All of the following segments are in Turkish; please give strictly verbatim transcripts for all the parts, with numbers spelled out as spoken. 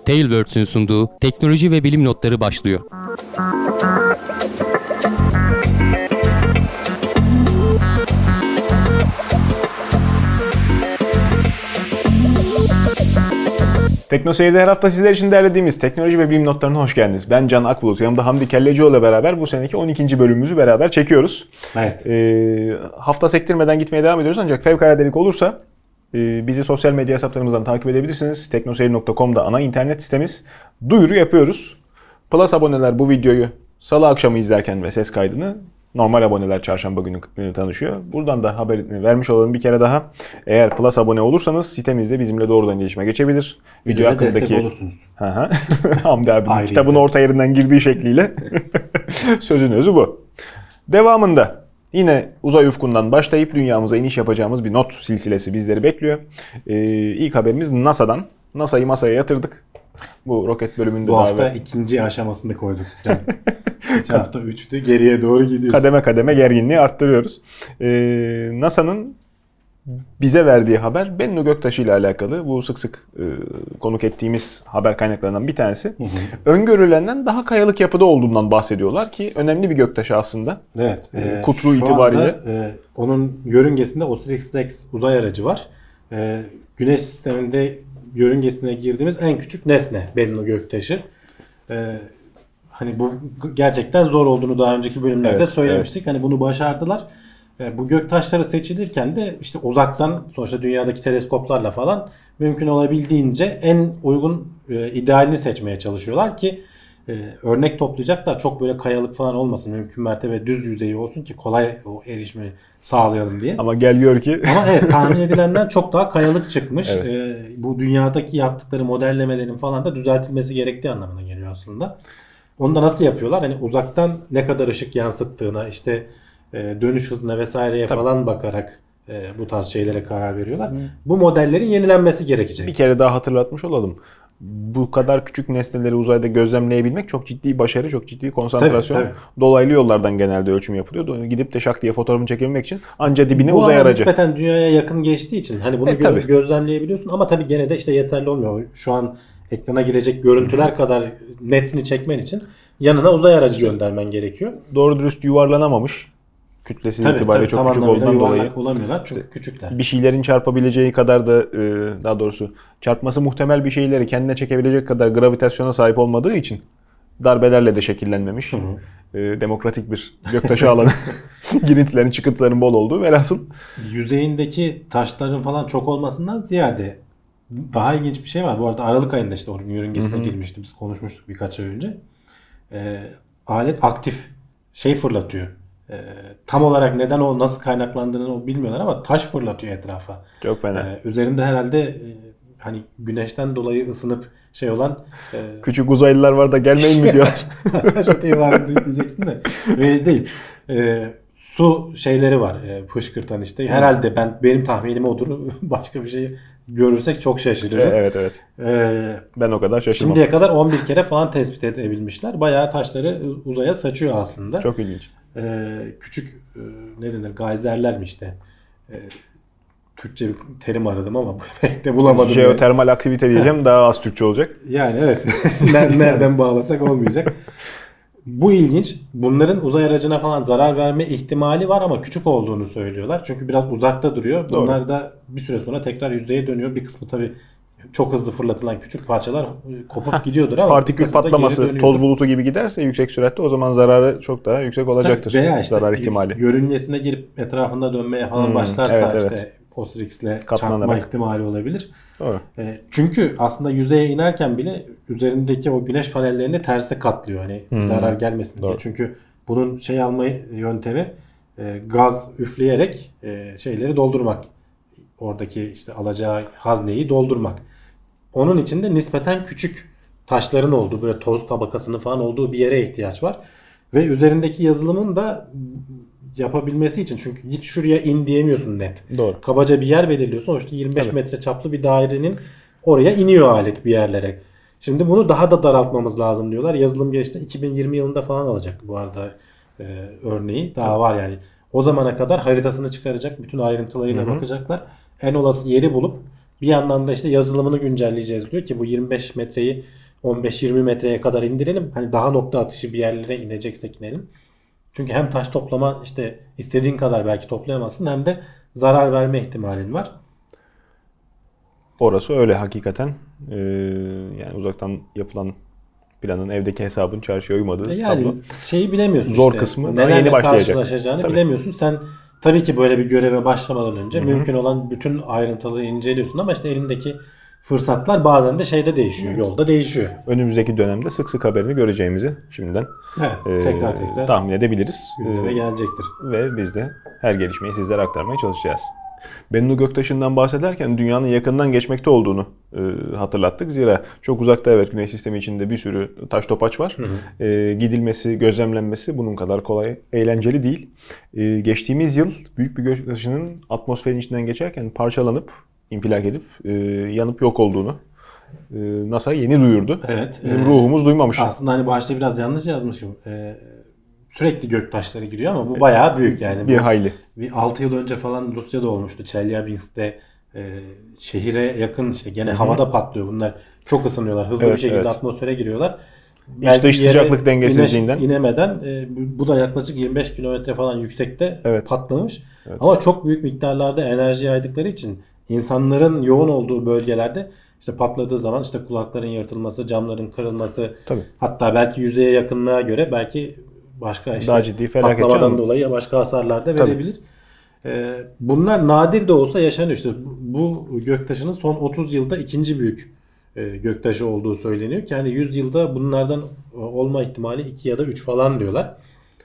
Tailwords'ün sunduğu teknoloji ve bilim notları başlıyor. Teknoseyir'de her hafta sizler için derlediğimiz teknoloji ve bilim notlarına hoş geldiniz. Ben Can Akbulut, yanımda Hamdi Kellecioğlu ile beraber bu seneki on ikinci bölümümüzü beraber çekiyoruz. Evet. Ee, hafta sektirmeden gitmeye devam ediyoruz ancak fevkaladelik olursa e, bizi sosyal medya hesaplarımızdan takip edebilirsiniz. teknoseyir nokta com'da ana internet sitemiz. Duyuru yapıyoruz. Plus aboneler bu videoyu salı akşamı izlerken ve ses kaydını, normal aboneler çarşamba günü tanışıyor. Buradan da haberini vermiş olalım bir kere daha. Eğer Plus abone olursanız sitemizde bizimle doğrudan iletişime geçebilir. Bize video hakkındaki destek olursunuz. Hamdi abinin kitabın orta yerinden girdiği şekliyle sözün özü bu. Devamında yine uzay ufkundan başlayıp dünyamıza iniş yapacağımız bir not silsilesi bizleri bekliyor. Ee, ilk haberimiz NASA'dan. NASA'yı masaya yatırdık. Bu roket bölümünde bu hafta ve... ikinci aşamasını koyduk. Geçen hafta üçtü, geriye doğru gidiyoruz. Kademe kademe gerginliği arttırıyoruz. Ee, NASA'nın bize verdiği haber Bennu Göktaşı ile alakalı. Bu sık sık e, konuk ettiğimiz haber kaynaklarından bir tanesi. Hı hı. Öngörülenden daha kayalık yapıda olduğundan bahsediyorlar ki önemli bir göktaşı aslında. Evet. E, kutru itibariyle. Anda, e, onun yörüngesinde Osiris-Rex uzay aracı var. E, Güneş sisteminde yörüngesine girdiğimiz en küçük nesne Bennu Göktaşı. E, hani bu gerçekten zor olduğunu daha önceki bölümlerde evet, söylemiştik. Evet. Hani bunu başardılar. Bu göktaşları seçilirken de işte uzaktan, sonuçta dünyadaki teleskoplarla falan mümkün olabildiğince en uygun e, idealini seçmeye çalışıyorlar ki e, örnek toplayacaklar, çok böyle kayalık falan olmasın, mümkün mertebe düz yüzeyi olsun ki kolay o erişimi sağlayalım diye. Ama gel gör ki. Ama evet, tahmin edilenden çok daha kayalık çıkmış. Evet. E, bu dünyadaki yaptıkları modellemelerin falan da düzeltilmesi gerektiği anlamına geliyor aslında. Onu da nasıl yapıyorlar? Hani uzaktan ne kadar ışık yansıttığına, işte dönüş hızına vesaireye Tabii. falan bakarak e, bu tarz şeylere karar veriyorlar. Hı. Bu modellerin yenilenmesi gerekecek. Bir kere daha hatırlatmış olalım. Bu kadar küçük nesneleri uzayda gözlemleyebilmek çok ciddi başarı, çok ciddi konsantrasyon. Tabii, tabii. Dolaylı yollardan genelde ölçüm yapılıyor. Gidip de şak diye fotoğrafını çekebilmek için anca dibine bu uzay aracı. Bu nispeten dünyaya yakın geçtiği için hani bunu e, gö- gözlemleyebiliyorsun ama tabii gene de işte yeterli olmuyor. Şu an ekrana girecek görüntüler Hı. kadar netini çekmen için yanına uzay aracı göndermen gerekiyor. Doğru dürüst yuvarlanamamış. Kütlesi tabii, itibariyle tabii, çok küçük olduğundan dolayı olamıyorlar çünkü küçükler. Bir şeylerin çarpabileceği kadar da, daha doğrusu çarpması muhtemel bir şeyleri kendine çekebilecek kadar gravitasyona sahip olmadığı için darbelerle de şekillenmemiş. Hı hı. Demokratik bir göktaşı alanı. Girintilerin, çıkıntıların bol olduğu velhasıl. Yüzeyindeki taşların falan çok olmasından ziyade daha ilginç bir şey var. Bu arada Aralık ayında işte onun yörüngesine hı hı. girmişti. Biz konuşmuştuk birkaç ay önce. E, alet aktif şey fırlatıyor. Ee, tam olarak neden o nasıl kaynaklandığını o bilmiyorlar ama taş fırlatıyor etrafa. Çok fena. Ee, üzerinde herhalde e, hani güneşten dolayı ısınıp şey olan e, küçük uzaylılar var da gelmeyin mi diyorlar. Taş atıyor var diyeceksin de öyle değil. Ee, su şeyleri var, e, fışkırtan işte. Herhalde ben benim tahminim odur. Başka bir şey görürsek çok şaşırırız. Evet evet. Ee, ben o kadar şaşırmam. Şimdiye kadar on bir kere falan tespit edebilmişler. Bayağı taşları uzaya saçıyor aslında. Çok ilginç. Ee, küçük e, ne denir, gayzerler mi işte, e, Türkçe bir terim aradım ama pek de bulamadım. Jeotermal yani. Aktivite diyeceğim, daha az Türkçe olacak. Yani evet. Nereden bağlasak olmayacak. Bu ilginç. Bunların uzay aracına falan zarar verme ihtimali var ama küçük olduğunu söylüyorlar. Çünkü biraz uzakta duruyor. Bunlar Doğru. da bir süre sonra tekrar yüzeye dönüyor. Bir kısmı tabii çok hızlı fırlatılan küçük parçalar kopup gidiyordur ama partikül patlaması, toz bulutu gibi giderse yüksek süratte o zaman zararı çok daha yüksek olacaktır. Tabii, veya işte zarar ihtimali. Yörüngesine girip etrafında dönmeye falan hmm, başlarsa evet, işte evet. Osiris'le çarpma ihtimali olabilir. Doğru. E, çünkü aslında yüzeye inerken bile üzerindeki o güneş panellerini terste katlıyor. Hani hmm. zarar gelmesin diye. Doğru. Çünkü bunun şey alma yöntemi e, gaz üfleyerek e, şeyleri doldurmak. Oradaki işte alacağı hazneyi doldurmak. Onun için de nispeten küçük taşların olduğu, böyle toz tabakasının falan olduğu bir yere ihtiyaç var. Ve üzerindeki yazılımın da yapabilmesi için, çünkü git şuraya in diyemiyorsun net. Doğru. Kabaca bir yer belirliyorsun. Sonuçta yirmi beş Tabii. metre çaplı bir dairenin oraya iniyor alet bir yerlere. Şimdi bunu daha da daraltmamız lazım diyorlar. Yazılım gelişti. iki bin yirmi yılında falan alacak bu arada e, örneği. Daha Tabii. var yani. O zamana kadar haritasını çıkaracak. Bütün ayrıntılarıyla Hı-hı. bakacaklar. En olası yeri bulup Bir yandan da işte yazılımını güncelleyeceğiz diyor ki bu yirmi beş metreyi on beş yirmi metreye kadar indirelim. Hani daha nokta atışı bir yerlere ineceksek inelim. Çünkü hem taş toplama işte istediğin kadar belki toplayamazsın hem de zarar verme ihtimalin var. Orası öyle hakikaten. Ee, yani uzaktan yapılan planın evdeki hesabın çarşıya uymadığı E yani tablo. şeyi bilemiyorsun Zor işte. kısmı daha Nelerle yeni başlayacak. karşılaşacağını Tabii. bilemiyorsun. Sen tabii ki böyle bir göreve başlamadan önce Hı hı. mümkün olan bütün ayrıntıları inceliyorsun ama işte elindeki fırsatlar bazen de şeyde değişiyor. Yolda değişiyor. Önümüzdeki dönemde sık sık haberini göreceğimizi şimdiden Evet, e, tekrar tekrar tahmin edebiliriz. gündeme E, gelecektir. ve biz de her gelişmeyi sizlere aktarmaya çalışacağız. Bennu Göktaş'ından bahsederken dünyanın yakından geçmekte olduğunu e, hatırlattık. Zira çok uzakta evet Güneş sistemi içinde bir sürü taş topaç var. Hı hı. E, gidilmesi, gözlemlenmesi bunun kadar kolay, eğlenceli değil. E, geçtiğimiz yıl büyük bir göktaşının atmosferin içinden geçerken parçalanıp, infilak edip e, yanıp yok olduğunu e, NASA yeni duyurdu. Evet. Bizim e, ruhumuz duymamış. Aslında hani başta biraz yanlış yazmışım. E, sürekli göktaşları giriyor ama bu bayağı büyük yani. Bir Bu, hayli. bir altı yıl önce falan Rusya'da olmuştu. Çelyabinsk'te e, şehire yakın işte gene Hı hı. havada patlıyor. Bunlar çok ısınıyorlar. Hızlı Evet, bir şekilde evet. atmosfere giriyorlar. İç dış yere sıcaklık dengesizliğinden. ine- inemeden e, bu, bu da yaklaşık yirmi beş kilometre falan yüksekte Evet. patlamış. Evet. Ama çok büyük miktarlarda enerji yaydıkları için insanların yoğun olduğu bölgelerde işte patladığı zaman işte kulakların yırtılması, camların kırılması, Tabii. hatta belki yüzeye yakınlığa göre belki başka işte Daha ciddi felaket patlamadan canım. dolayı başka hasarlar da Tabii. verebilir. Ee, bunlar nadir de olsa yaşanıyor. İşte bu göktaşının son otuz yılda ikinci büyük e, göktaşı olduğu söyleniyor ki hani yüz yılda bunlardan olma ihtimali iki ya da üç falan diyorlar.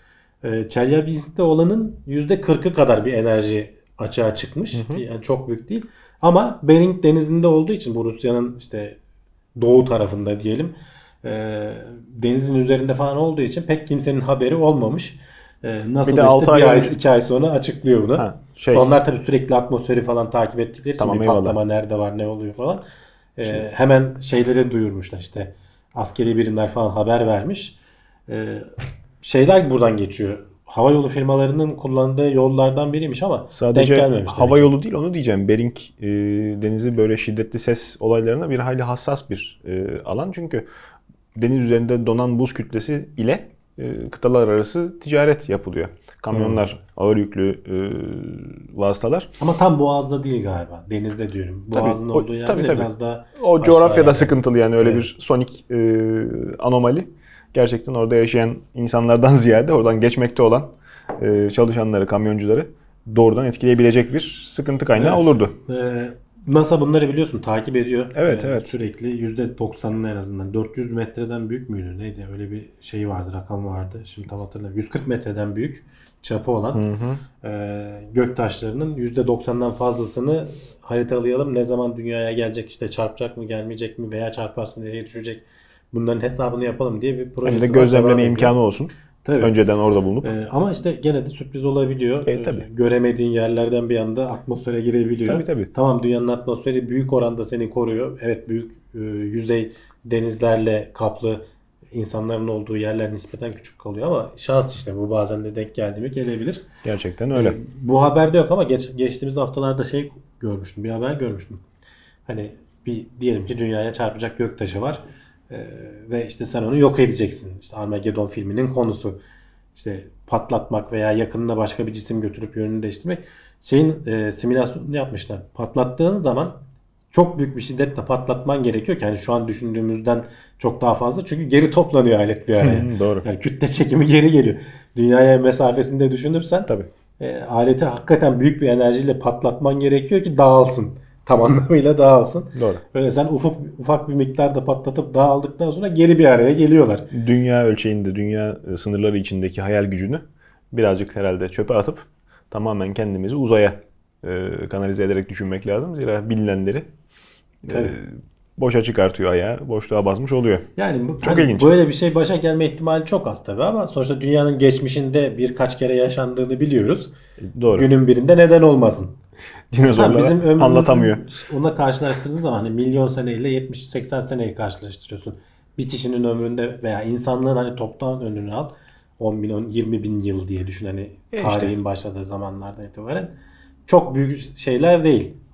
E, Çelyabinsk'te olanın yüzde kırkı kadar bir enerji açığa çıkmış. Hı hı. Yani çok büyük değil. Ama Bering Denizi'nde olduğu için bu Rusya'nın işte doğu tarafında diyelim. E, denizin üzerinde falan olduğu için pek kimsenin haberi olmamış. E, nasıl Bir de da altı işte ay bir ay, önce- iki ay sonra açıklıyor bunu. Ha, şey, Onlar tabii sürekli atmosferi falan takip ettikleri için Tamam, bir eyvallah. patlama nerede var ne oluyor falan. E, hemen şeyleri duyurmuşlar işte askeri birimler falan haber vermiş. E, şeyler buradan geçiyor. Havayolu firmalarının kullandığı yollardan biriymiş ama sadece denk gelmemiş. hava demek ki. yolu değil onu diyeceğim. Bering e, denizi böyle şiddetli ses olaylarına bir hayli hassas bir e, alan. Çünkü deniz üzerinde donan buz kütlesi ile e, kıtalar arası ticaret yapılıyor. Kamyonlar, ağır yüklü e, vasıtalar. Ama tam boğazda değil galiba. Denizde diyorum. Tabii, Boğazın o- olduğu yerde tabii, tabii. biraz daha O coğrafyada aşağıya. sıkıntılı yani öyle Evet. bir sonik e, anomali. Gerçekten orada yaşayan insanlardan ziyade oradan geçmekte olan e, çalışanları, kamyoncuları doğrudan etkileyebilecek bir sıkıntı kaynağı Evet. olurdu. Ee, NASA bunları biliyorsun takip ediyor. Evet, Ee, evet. Sürekli yüzde doksanını en azından. dört yüz metreden büyük müydü? Neydi? Öyle bir şey vardı, rakam vardı. Şimdi tam hatırlamıyorum. yüz kırk metreden büyük çapı olan Hı hı. e, göktaşlarının yüzde doksandan fazlasını haritalayalım. Ne zaman dünyaya gelecek, işte çarpacak mı, gelmeyecek mi veya çarparsa nereye düşecek? Bunların hesabını yapalım diye bir projesi Hem de var. gözlemleme Devam ediyor. imkanı olsun. Tabii. Önceden orada bulunup. Ee, ama işte gene de sürpriz olabiliyor. E, Ee, tabii. göremediğin yerlerden bir anda atmosfere girebiliyor. Tabii, tabii. Tamam, dünyanın atmosferi büyük oranda seni koruyor. Evet, büyük e, yüzey denizlerle kaplı insanların olduğu yerler nispeten küçük kalıyor ama şans işte bu, bazen de denk geldi mi gelebilir. Gerçekten öyle. Ee, bu haberde yok ama geç, geçtiğimiz haftalarda şey görmüştüm. Bir haber görmüştüm. Hani bir diyelim ki dünyaya çarpacak göktaşı var. Ee, ve işte sen onu yok edeceksin. İşte Armageddon filminin konusu. İşte patlatmak veya yakınına başka bir cisim götürüp yönünü değiştirmek. Şeyin e, simülasyonunu yapmışlar. Patlattığın zaman çok büyük bir şiddetle patlatman gerekiyor ki hani şu an düşündüğümüzden çok daha fazla. Çünkü geri toplanıyor alet bir araya. Hı, doğru. Yani kütle çekimi geri geliyor. Dünyaya mesafesinde düşünürsen Tabii. e, aleti hakikaten büyük bir enerjiyle patlatman gerekiyor ki dağılsın. Tam anlamıyla dağılsın. Doğru. Böyle sen ufak ufak bir miktarda patlatıp dağıldıktan sonra geri bir araya geliyorlar. Dünya ölçeğinde, dünya e, sınırları içindeki hayal gücünü birazcık herhalde çöpe atıp tamamen kendimizi uzaya e, kanalize ederek düşünmek lazım. Zira bilinenleri e, Tabii. boşa çıkartıyor ayağı, boşluğa basmış oluyor. Yani bu, Çok hani ilginç. böyle bir şey başa gelme ihtimali çok az tabii ama sonuçta dünyanın geçmişinde birkaç kere yaşandığını biliyoruz. Doğru. Günün birinde neden olmasın? Dinozorlara Ha, bizim ömrümüzün anlatamıyor. Ona karşılaştırdığınız zaman hani milyon seneyle yetmiş seksen seneyi karşılaştırıyorsun. Bir kişinin ömründe veya insanlığın hani toptan ömrünü al. on bin, yirmi bin yıl diye düşün hani E tarihin işte. başladığı zamanlardan itibaren. Çok büyük şeyler değil.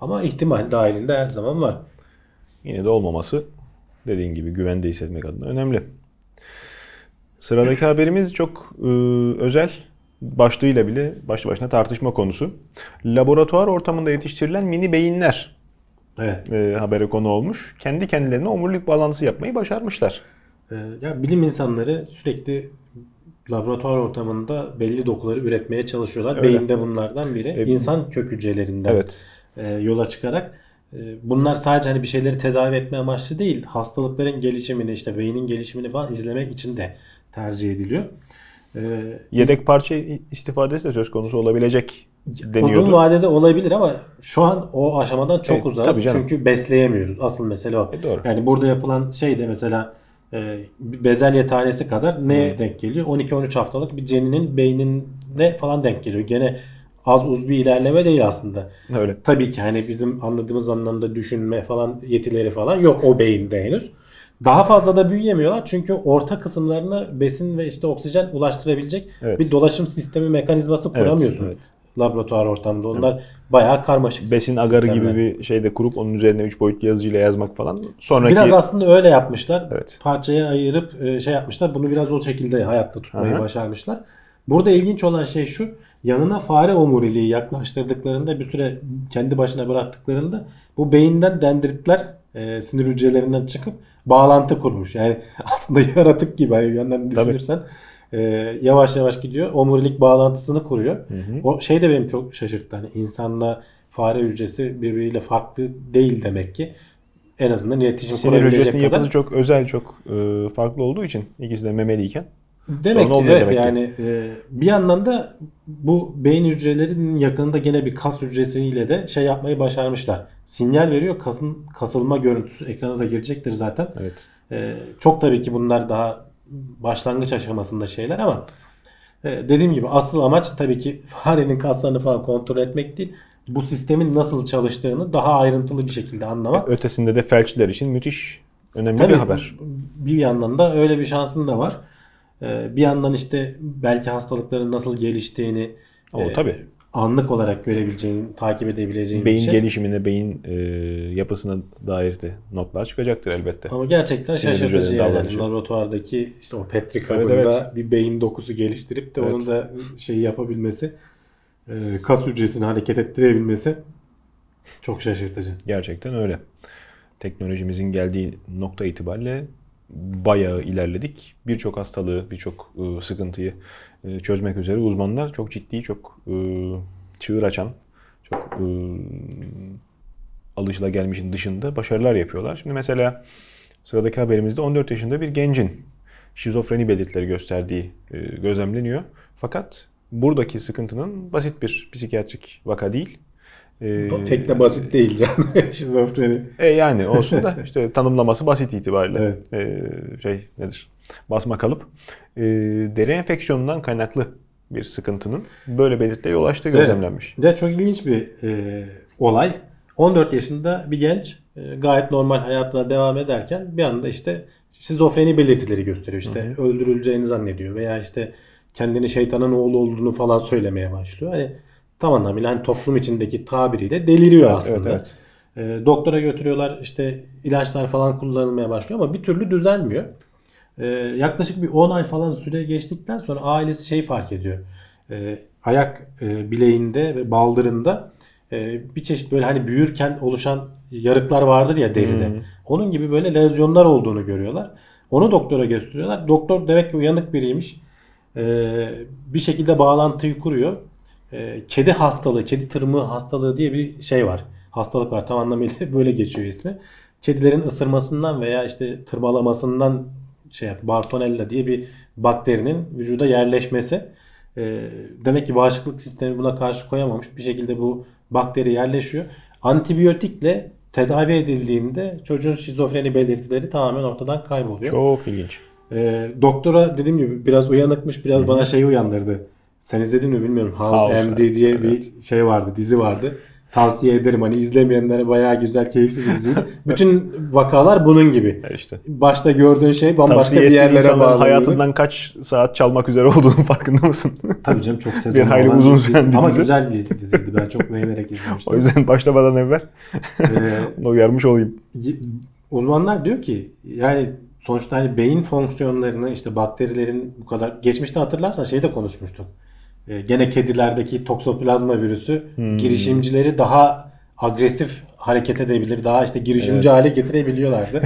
Ama ihtimal dahilinde her zaman var. Yine de olmaması dediğin gibi güvende hissetmek adına önemli. Sıradaki haberimiz çok e, özel. Başlığıyla bile başlı başına tartışma konusu. Laboratuvar ortamında yetiştirilen mini beyinler Evet. e, habere konu olmuş. Kendi kendilerine omurilik bağlantısı yapmayı başarmışlar. Ee, ya bilim insanları sürekli laboratuvar ortamında belli dokuları üretmeye çalışıyorlar. Öyle. Beyin de bunlardan biri. E, İnsan kök hücrelerinden Evet. e, yola çıkarak e, bunlar sadece hani bir şeyleri tedavi etme amaçlı değil, hastalıkların gelişimini, işte beynin gelişimini falan izlemek için de tercih ediliyor. E, Yedek parça istifadesi de söz konusu olabilecek deniyordu. Uzun vadede olabilir ama şu an o aşamadan çok Evet, uzağız. tabii canım. Çünkü besleyemiyoruz. Asıl mesele o. E, doğru. Yani burada yapılan şey de mesela e, bir bezelye tanesi kadar neye denk geliyor? on iki on üç haftalık bir ceninin beynine falan denk geliyor. Gene az uz bir ilerleme değil aslında. Öyle. Tabii ki hani bizim anladığımız anlamda düşünme falan yetileri falan yok o beyinde henüz. Daha fazla da büyüyemiyorlar çünkü orta kısımlarına besin ve işte oksijen ulaştırabilecek Evet. bir dolaşım sistemi mekanizması kuramıyorsun. Evet, evet. Laboratuvar ortamında. Onlar bayağı karmaşık. Besin agarı sistemler. gibi bir şeyde kurup onun üzerine üç boyutlu yazıcıyla yazmak falan. Sonraki Biraz aslında öyle yapmışlar. Evet. Parçaya ayırıp e, şey yapmışlar. Bunu biraz o şekilde hayatta tutmayı Aha. başarmışlar. Burada ilginç olan şey şu. Yanına fare omuriliği yaklaştırdıklarında bir süre kendi başına bıraktıklarında bu beyinden dendritler e, sinir hücrelerinden çıkıp bağlantı kurmuş. Yani aslında yaratık gibi bir yandan düşünürsen e, yavaş yavaş gidiyor. Omurilik bağlantısını kuruyor. Hı hı. O şey de benim çok şaşırttı. Hani insanla fare hücresi birbiriyle farklı değil demek ki. En azından iletişim sinir kurabilecek hücresinin kadar. yapısı çok özel, çok e, farklı olduğu için ikisi de memeliyken Demek sorun ki olmuyor evet demek ki. yani e, bir yandan da bu beyin hücrelerinin yakınında gene bir kas hücresiyle de şey yapmayı başarmışlar. Sinyal veriyor. Kasın kasılma görüntüsü ekrana da girecektir zaten. Evet. E, çok tabii ki bunlar daha başlangıç aşamasında şeyler ama e, dediğim gibi asıl amaç tabii ki farenin kaslarını falan kontrol etmek değil. Bu sistemin nasıl çalıştığını daha ayrıntılı bir şekilde anlamak. Ötesinde de felçliler için müthiş önemli Tabii bir haber. bir yandan da öyle bir şansın da var. Ee, Bir yandan işte belki hastalıkların nasıl geliştiğini O, e, tabii. anlık olarak görebileceğin, takip edebileceğin Beyin bir şey. gelişimine, beyin e, yapısına dair de notlar çıkacaktır elbette. Ama gerçekten Sinir şaşırtıcı hücrelerinin yani. davranışı. Laboratuvardaki işte o Petri Evet, kabında evet. bir beyin dokusu geliştirip de Evet. onun da şeyi yapabilmesi, e, kas hücresini hareket ettirebilmesi çok şaşırtıcı. Gerçekten öyle. Teknolojimizin geldiği nokta itibariyle bayağı ilerledik. Birçok hastalığı, birçok e, sıkıntıyı e, çözmek üzere uzmanlar çok ciddi, çok e, çığır açan, çok e, alışılagelmişin dışında başarılar yapıyorlar. Şimdi mesela sıradaki haberimizde on dört yaşında bir gencin şizofreni belirtileri gösterdiği e, gözlemleniyor. Fakat buradaki sıkıntının basit bir psikiyatrik vaka değil. E, Pek de basit değil canım. Şizofreni. E yani olsun da işte tanımlaması basit itibariyle. Evet. E, şey nedir? Basma kalıp. E, deri enfeksiyonundan kaynaklı bir sıkıntının böyle belirtilere yol açtığı gözlemlenmiş. Evet. De çok ilginç bir e, olay. on dört yaşında bir genç e, gayet normal hayatına devam ederken bir anda işte şizofreni belirtileri gösteriyor. İşte Hı hı. öldürüleceğini zannediyor veya işte kendini şeytanın oğlu olduğunu falan söylemeye başlıyor. Hani tam anlamıyla hani toplum içindeki tabiriyle deliriyor Evet, aslında. evet, E, doktora götürüyorlar, işte ilaçlar falan kullanılmaya başlıyor ama bir türlü düzelmiyor. E, yaklaşık bir on ay falan süre geçtikten sonra ailesi şey fark ediyor. E, ayak e, bileğinde ve baldırında e, bir çeşit böyle hani büyürken oluşan yarıklar vardır ya deride. Hmm. Onun gibi böyle lezyonlar olduğunu görüyorlar. Onu doktora gösteriyorlar. Doktor demek ki uyanık biriymiş. E, bir şekilde bağlantıyı kuruyor. E, kedi hastalığı, kedi tırmığı hastalığı diye bir şey var. Hastalık var. Tam anlamıyla böyle geçiyor ismi. Kedilerin ısırmasından veya işte tırmalamasından şey yap, Bartonella diye bir bakterinin vücuda yerleşmesi. E, demek ki bağışıklık sistemi buna karşı koyamamış. Bir şekilde bu bakteri yerleşiyor. Antibiyotikle tedavi edildiğinde çocuğun şizofreni belirtileri tamamen ortadan kayboluyor. Çok ilginç. E, doktora dediğim gibi biraz uyanıkmış. Biraz Hı-hı. bana şeyi uyandırdı. Sen izledin mi bilmiyorum. House, House, M D evet, diye evet. bir şey vardı, dizi vardı. Tavsiye ederim. Hani izlemeyenlere bayağı güzel, keyifli bir diziydi. Bütün vakalar bunun gibi. Ya işte. Başta gördüğün şey bambaşka Tavsiye bir ettiğin yerlere insanların bağlı. hayatından kaç saat çalmak üzere olduğunu farkında mısın? Tabii canım, çok sezon Bir hayli olan uzun bir dizi. süren bir Ama dizi. güzel bir diziydi. Ben çok beğenerek izlemiştim. O yüzden başlamadan evvel Ee, onu uyarmış olayım. y- uzmanlar diyor ki yani sonuçta hani beyin fonksiyonlarını, işte bakterilerin bu kadar, geçmişte hatırlarsan şeyi de konuşmuştuk. Ee, gene kedilerdeki toksoplazma virüsü Hmm. girişimcileri daha agresif hareket edebilir, daha işte girişimci Evet. hale getirebiliyorlardı.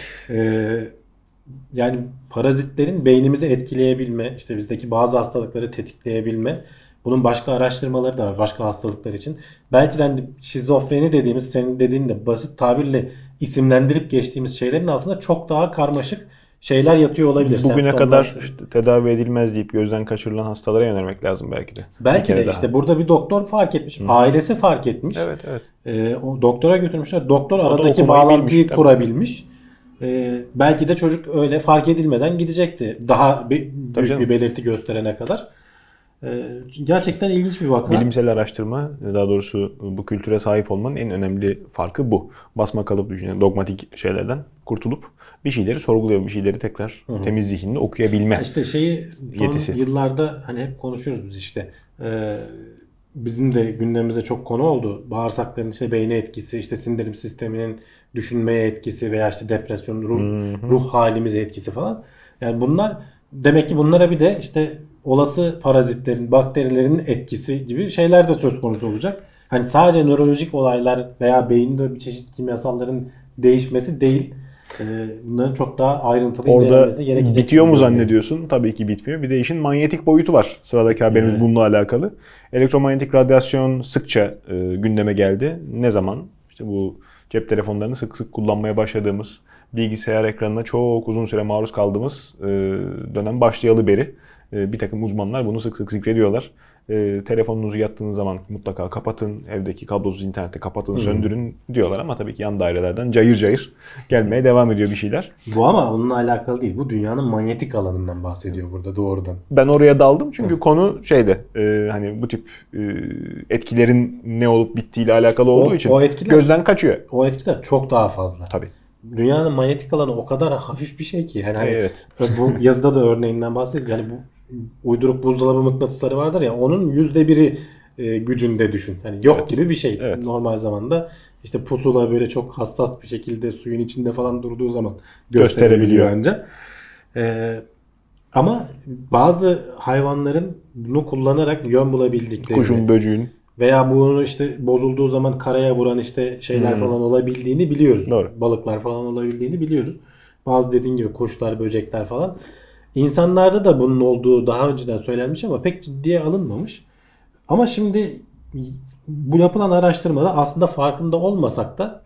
Ee, yani parazitlerin beynimizi etkileyebilme, işte bizdeki bazı hastalıkları tetikleyebilme. Bunun başka araştırmaları da var başka hastalıklar için. Belki de hani şizofreni dediğimiz, senin dediğin de basit tabirle isimlendirip geçtiğimiz şeylerin altında çok daha karmaşık şeyler yatıyor olabilir. Bugüne Semptomlar- kadar işte tedavi edilmez deyip gözden kaçırılan hastalara yönelmek lazım belki de. Bir belki kere de daha. işte burada bir doktor fark etmiş, ailesi fark etmiş. Evet evet. Ee, o doktora götürmüşler. Doktor da aradaki okumayı bağlantıyı bilmiş, tabii. kurabilmiş. Ee, belki de çocuk öyle fark edilmeden gidecekti. Daha bir, büyük canım. bir belirti gösterene kadar. Ee, gerçekten ilginç bir vaka. Bilimsel araştırma, daha doğrusu bu kültüre sahip olmanın en önemli farkı bu. Basma kalıp düşünen dogmatik şeylerden kurtulup bir şeyleri sorgulayabilme, bir şeyleri tekrar temiz zihinle okuyabilme. İşte şeyi son Yetisi. yıllarda hani hep konuşuyoruz biz işte. Ee, bizim de gündemimize çok konu oldu. Bağırsakların işte beyne etkisi, işte sindirim sisteminin düşünmeye etkisi veya işte depresyon, ruh, ruh halimize etkisi falan. Yani bunlar, demek ki bunlara bir de işte olası parazitlerin, bakterilerin etkisi gibi şeyler de söz konusu olacak. Hani sadece nörolojik olaylar veya beyinde bir çeşit kimyasalların değişmesi değil. Ee, bunların çok daha ayrıntılı Orada incelenmesi gerekecek. bitiyor mu gibi görünüyor. zannediyorsun? Tabii ki bitmiyor. Bir de işin manyetik boyutu var. Sıradaki haberimiz Evet. bununla alakalı. Elektromanyetik radyasyon sıkça e, gündeme geldi. Ne zaman? İşte bu cep telefonlarını sık sık kullanmaya başladığımız, bilgisayar ekranına çok uzun süre maruz kaldığımız e, dönem başlayalı beri e, bir takım uzmanlar bunu sık sık zikrediyorlar. E, telefonunuzu yattığınız zaman mutlaka kapatın, evdeki kablosuz interneti kapatın, söndürün diyorlar ama tabii ki yan dairelerden cayır cayır gelmeye devam ediyor bir şeyler. Bu ama onunla alakalı değil. Bu dünyanın manyetik alanından bahsediyor burada doğrudan. Ben oraya daldım çünkü konu şeyde e, hani bu tip e, etkilerin ne olup bittiğiyle alakalı olduğu O- için o etkiler- gözden kaçıyor. O etkiler çok daha fazla. Tabii. Dünyanın manyetik alanı o kadar hafif bir şey ki. Yani hani Evet. bu yazıda da örneğinden bahsediyor. Yani bu uyduruk buzdolabı mıknatısları vardır ya, onun yüzde biri e, gücünde düşün. Hani yok Evet. gibi bir şey. Evet. Normal zamanda işte pusula böyle çok hassas bir şekilde suyun içinde falan durduğu zaman gösterebiliyor Gösterebiliyor. ancak. E, ama bazı hayvanların bunu kullanarak yön bulabildiklerini Kuşun, böcüğün. veya bunu işte bozulduğu zaman karaya vuran işte şeyler Hmm. falan olabildiğini biliyoruz. Doğru. Balıklar falan olabildiğini biliyoruz. Bazı dediğin gibi kuşlar, böcekler falan. İnsanlarda da bunun olduğu daha önceden söylenmiş ama pek ciddiye alınmamış. Ama şimdi bu yapılan araştırmada aslında farkında olmasak da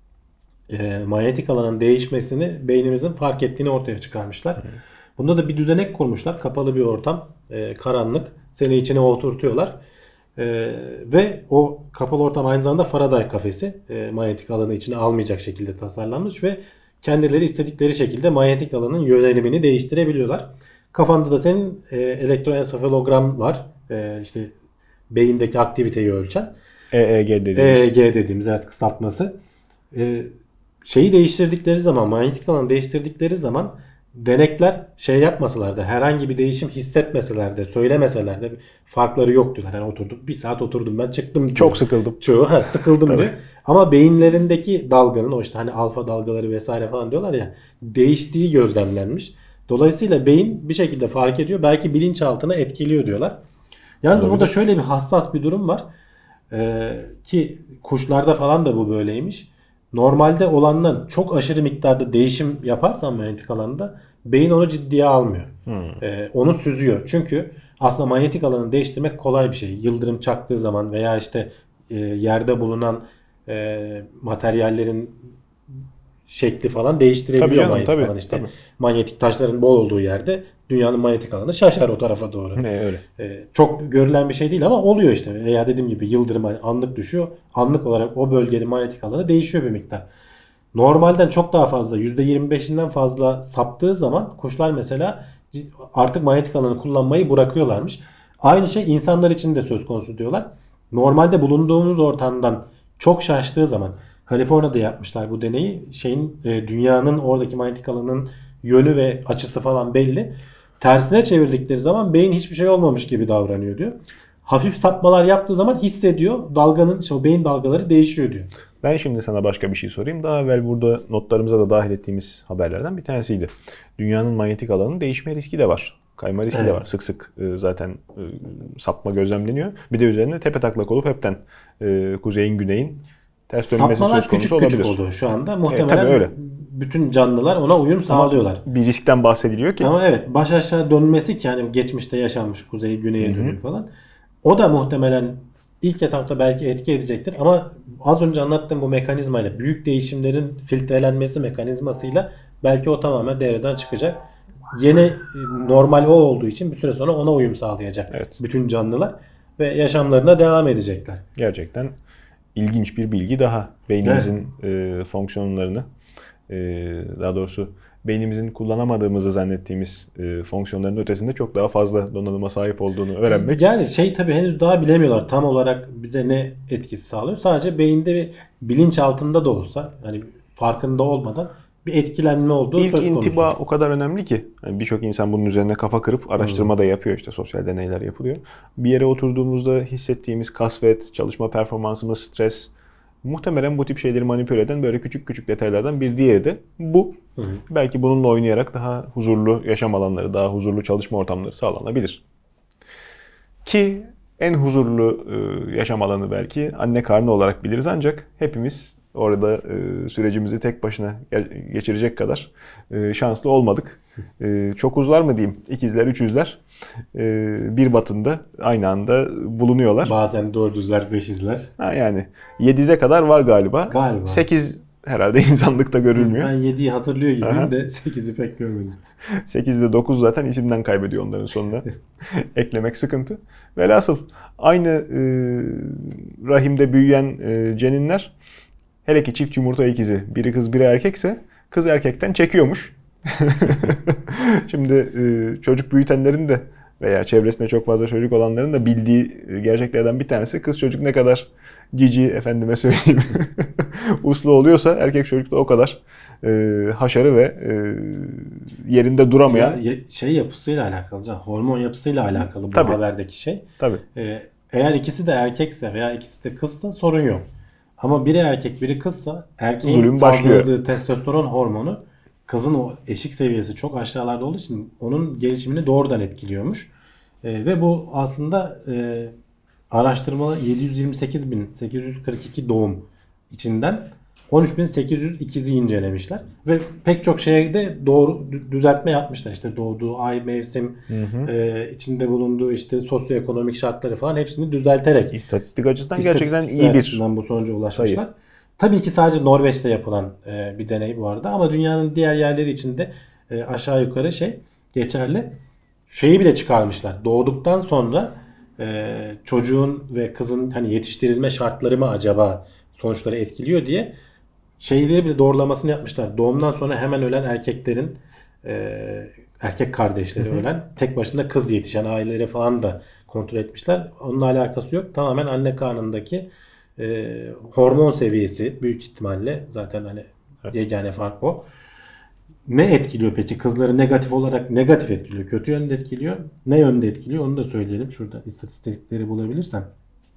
e, manyetik alanın değişmesini beynimizin fark ettiğini ortaya çıkarmışlar. Bunda da bir düzenek kurmuşlar. Kapalı bir ortam, e, karanlık. Seni içine oturtuyorlar. E, ve o kapalı ortam aynı zamanda Faraday kafesi. E, manyetik alanı içine almayacak şekilde tasarlanmış ve kendileri istedikleri şekilde manyetik alanın yönelimini değiştirebiliyorlar. Kafanda da senin e, elektroensefalogram var. E, işte beyindeki aktiviteyi ölçen. E E G dediğimiz. E E G dediğimiz evet kısaltması. E, şeyi değiştirdikleri zaman, manyetik alanı değiştirdikleri zaman denekler şey yapmasalar da, herhangi bir değişim hissetmeseler de, söylemeseler de farkları yok diyorlar. Yani oturduk bir saat oturdum ben çıktım diyor. Çok sıkıldım. Çoğu ha, sıkıldım Tabii. diyor. Ama beyinlerindeki dalganın, o işte hani alfa dalgaları vesaire falan diyorlar ya, değiştiği gözlemlenmiş. Dolayısıyla beyin bir şekilde fark ediyor. Belki bilinçaltına etkiliyor diyorlar. Yalnız Olabilir. burada şöyle bir hassas bir durum var. Ee, ki kuşlarda falan da bu böyleymiş. Normalde olandan çok aşırı miktarda değişim yaparsan manyetik alanda beyin onu ciddiye almıyor. Ee, onu süzüyor. Çünkü aslında manyetik alanı değiştirmek kolay bir şey. Yıldırım çaktığı zaman veya işte e, yerde bulunan e, materyallerin şekli falan değiştirebiliyor Tabii canım, manyetik tabii, alan işte. tabii. Manyetik taşların bol olduğu yerde dünyanın manyetik alanı şaşar o tarafa doğru. Ne öyle. Ee, çok görülen bir şey değil ama oluyor işte. Veya dediğim gibi yıldırım hani anlık düşüyor. Anlık olarak o bölgenin manyetik alanı değişiyor bir miktar. Normalden çok daha fazla, yüzde yirmi beşinden fazla saptığı zaman kuşlar mesela artık manyetik alanı kullanmayı bırakıyorlarmış. Aynı şey insanlar için de söz konusu diyorlar. Normalde bulunduğumuz ortamdan çok şaştığı zaman, Kaliforniya'da yapmışlar bu deneyi. Şeyin e, dünyanın oradaki manyetik alanının yönü ve açısı falan belli. Tersine çevirdikleri zaman beyin hiçbir şey olmamış gibi davranıyor diyor. Hafif sapmalar yaptığı zaman hissediyor. Dalganın, işte o beyin dalgaları değişiyor diyor. Ben şimdi sana başka bir şey sorayım. Daha evvel burada notlarımıza da dahil ettiğimiz haberlerden bir tanesiydi. Dünyanın manyetik alanının değişme riski de var. Kayma riski Evet. de var. Sık sık e, zaten e, sapma gözlemleniyor. Bir de üzerine tepetaklak olup hepten e, kuzeyin güneyin ters dönmesi Sapmalar söz konusu küçük olabilir. küçük oluyor şu anda. Evet, Muhtemelen tabii öyle. bütün canlılar ona uyum sağlıyorlar. Bir riskten bahsediliyor ki. Ama evet, baş aşağı dönmesi ki hani geçmişte yaşanmış, kuzey güneye dönüyor falan. O da muhtemelen ilk etapta belki etki edecektir ama az önce anlattığım bu mekanizmayla, büyük değişimlerin filtrelenmesi mekanizmasıyla belki o tamamen devreden çıkacak. Yeni normal o olduğu için bir süre sonra ona uyum sağlayacak Evet. bütün canlılar ve yaşamlarına devam edecekler. Gerçekten ilginç bir bilgi daha. Beynimizin e, fonksiyonlarını, e, daha doğrusu beynimizin kullanamadığımızı zannettiğimiz e, fonksiyonların ötesinde çok daha fazla donanıma sahip olduğunu öğrenmek. Yani şey tabii henüz daha bilemiyorlar tam olarak bize ne etkisi sağlıyor. Sadece beyinde bir bilinç altında da olsa, hani farkında olmadan bir etkilenme olduğu İlk söz konusu. intiba o kadar önemli ki yani birçok insan bunun üzerine kafa kırıp araştırma da yapıyor, işte sosyal deneyler yapılıyor. Bir yere oturduğumuzda hissettiğimiz kasvet, çalışma performansımız, stres, muhtemelen bu tip şeyleri manipüle eden böyle küçük küçük detaylardan bir diğeri de bu. Hı hı. Belki bununla oynayarak daha huzurlu yaşam alanları, daha huzurlu çalışma ortamları sağlanabilir. Ki en huzurlu e, yaşam alanı belki anne karnı olarak biliriz, ancak hepimiz orada e, sürecimizi tek başına ge- geçirecek kadar e, şanslı olmadık. E, çokuzlar mı diyeyim, ikizler, üçüzler e, bir batında aynı anda bulunuyorlar. Bazen dördüzler, beşizler. Ha, yani yedize kadar var galiba. Galiba. sekiz herhalde insanlıkta görülmüyor. Ben yediyi hatırlıyor gibiyim Aha. de sekizi pek görmedim. sekiz ile dokuz zaten isimden kaybediyor onların sonuna. Eklemek sıkıntı. Velhasıl aynı e, rahimde büyüyen e, ceninler, hele ki çift yumurta ikizi, biri kız biri erkekse kız erkekten çekiyormuş. Şimdi e, çocuk büyütenlerin de veya çevresinde çok fazla çocuk olanların da bildiği e, gerçeklerden bir tanesi, kız çocuk ne kadar cici, efendime söyleyeyim, uslu oluyorsa erkek çocuk da o kadar e, haşarı ve e, yerinde duramayan. Ya, ya- şey yapısıyla alakalı, can, hormon yapısıyla alakalı bu Tabii. haberdeki şey. Tabii. Ee, eğer ikisi de erkekse veya ikisi de kızsa sorun yok. Ama biri erkek biri kızsa erkeğin Zulüm başlıyor. salgıladığı testosteron hormonu kızın o eşik seviyesi çok aşağılarda olduğu için onun gelişimini doğrudan etkiliyormuş. Ee, ve bu aslında e, araştırmalar yedi yüz yirmi sekiz bin sekiz yüz kırk iki doğum içinden on üç bin sekiz yüz ikizi incelemişler ve pek çok şeye de doğru dü- düzeltme yapmışlar. İşte doğduğu ay, mevsim, e, içinde bulunduğu işte sosyoekonomik şartları falan hepsini düzelterek İstatistik açısından gerçekten İstatistik iyi bir açısından bu sonuca ulaşmışlar. Tabii ki sadece Norveç'te yapılan e, bir deney bu arada ama dünyanın diğer yerleri için de e, aşağı yukarı şey geçerli. Şeyi bile çıkarmışlar. Doğduktan sonra e, çocuğun ve kızın hani yetiştirilme şartları mı acaba sonuçları etkiliyor diye şeyleri bile doğrulamasını yapmışlar. Doğumdan sonra hemen ölen erkeklerin e, erkek kardeşleri ölen, tek başına kız yetişen aileleri falan da kontrol etmişler. Onunla alakası yok. Tamamen anne karnındaki e, hormon seviyesi büyük ihtimalle, zaten hani Evet. yegane fark o. Ne etkiliyor peki? Kızları negatif olarak negatif etkiliyor. Kötü yönde etkiliyor. Ne yönde etkiliyor? Onu da söyleyelim. Şurada istatistikleri bulabilirsem.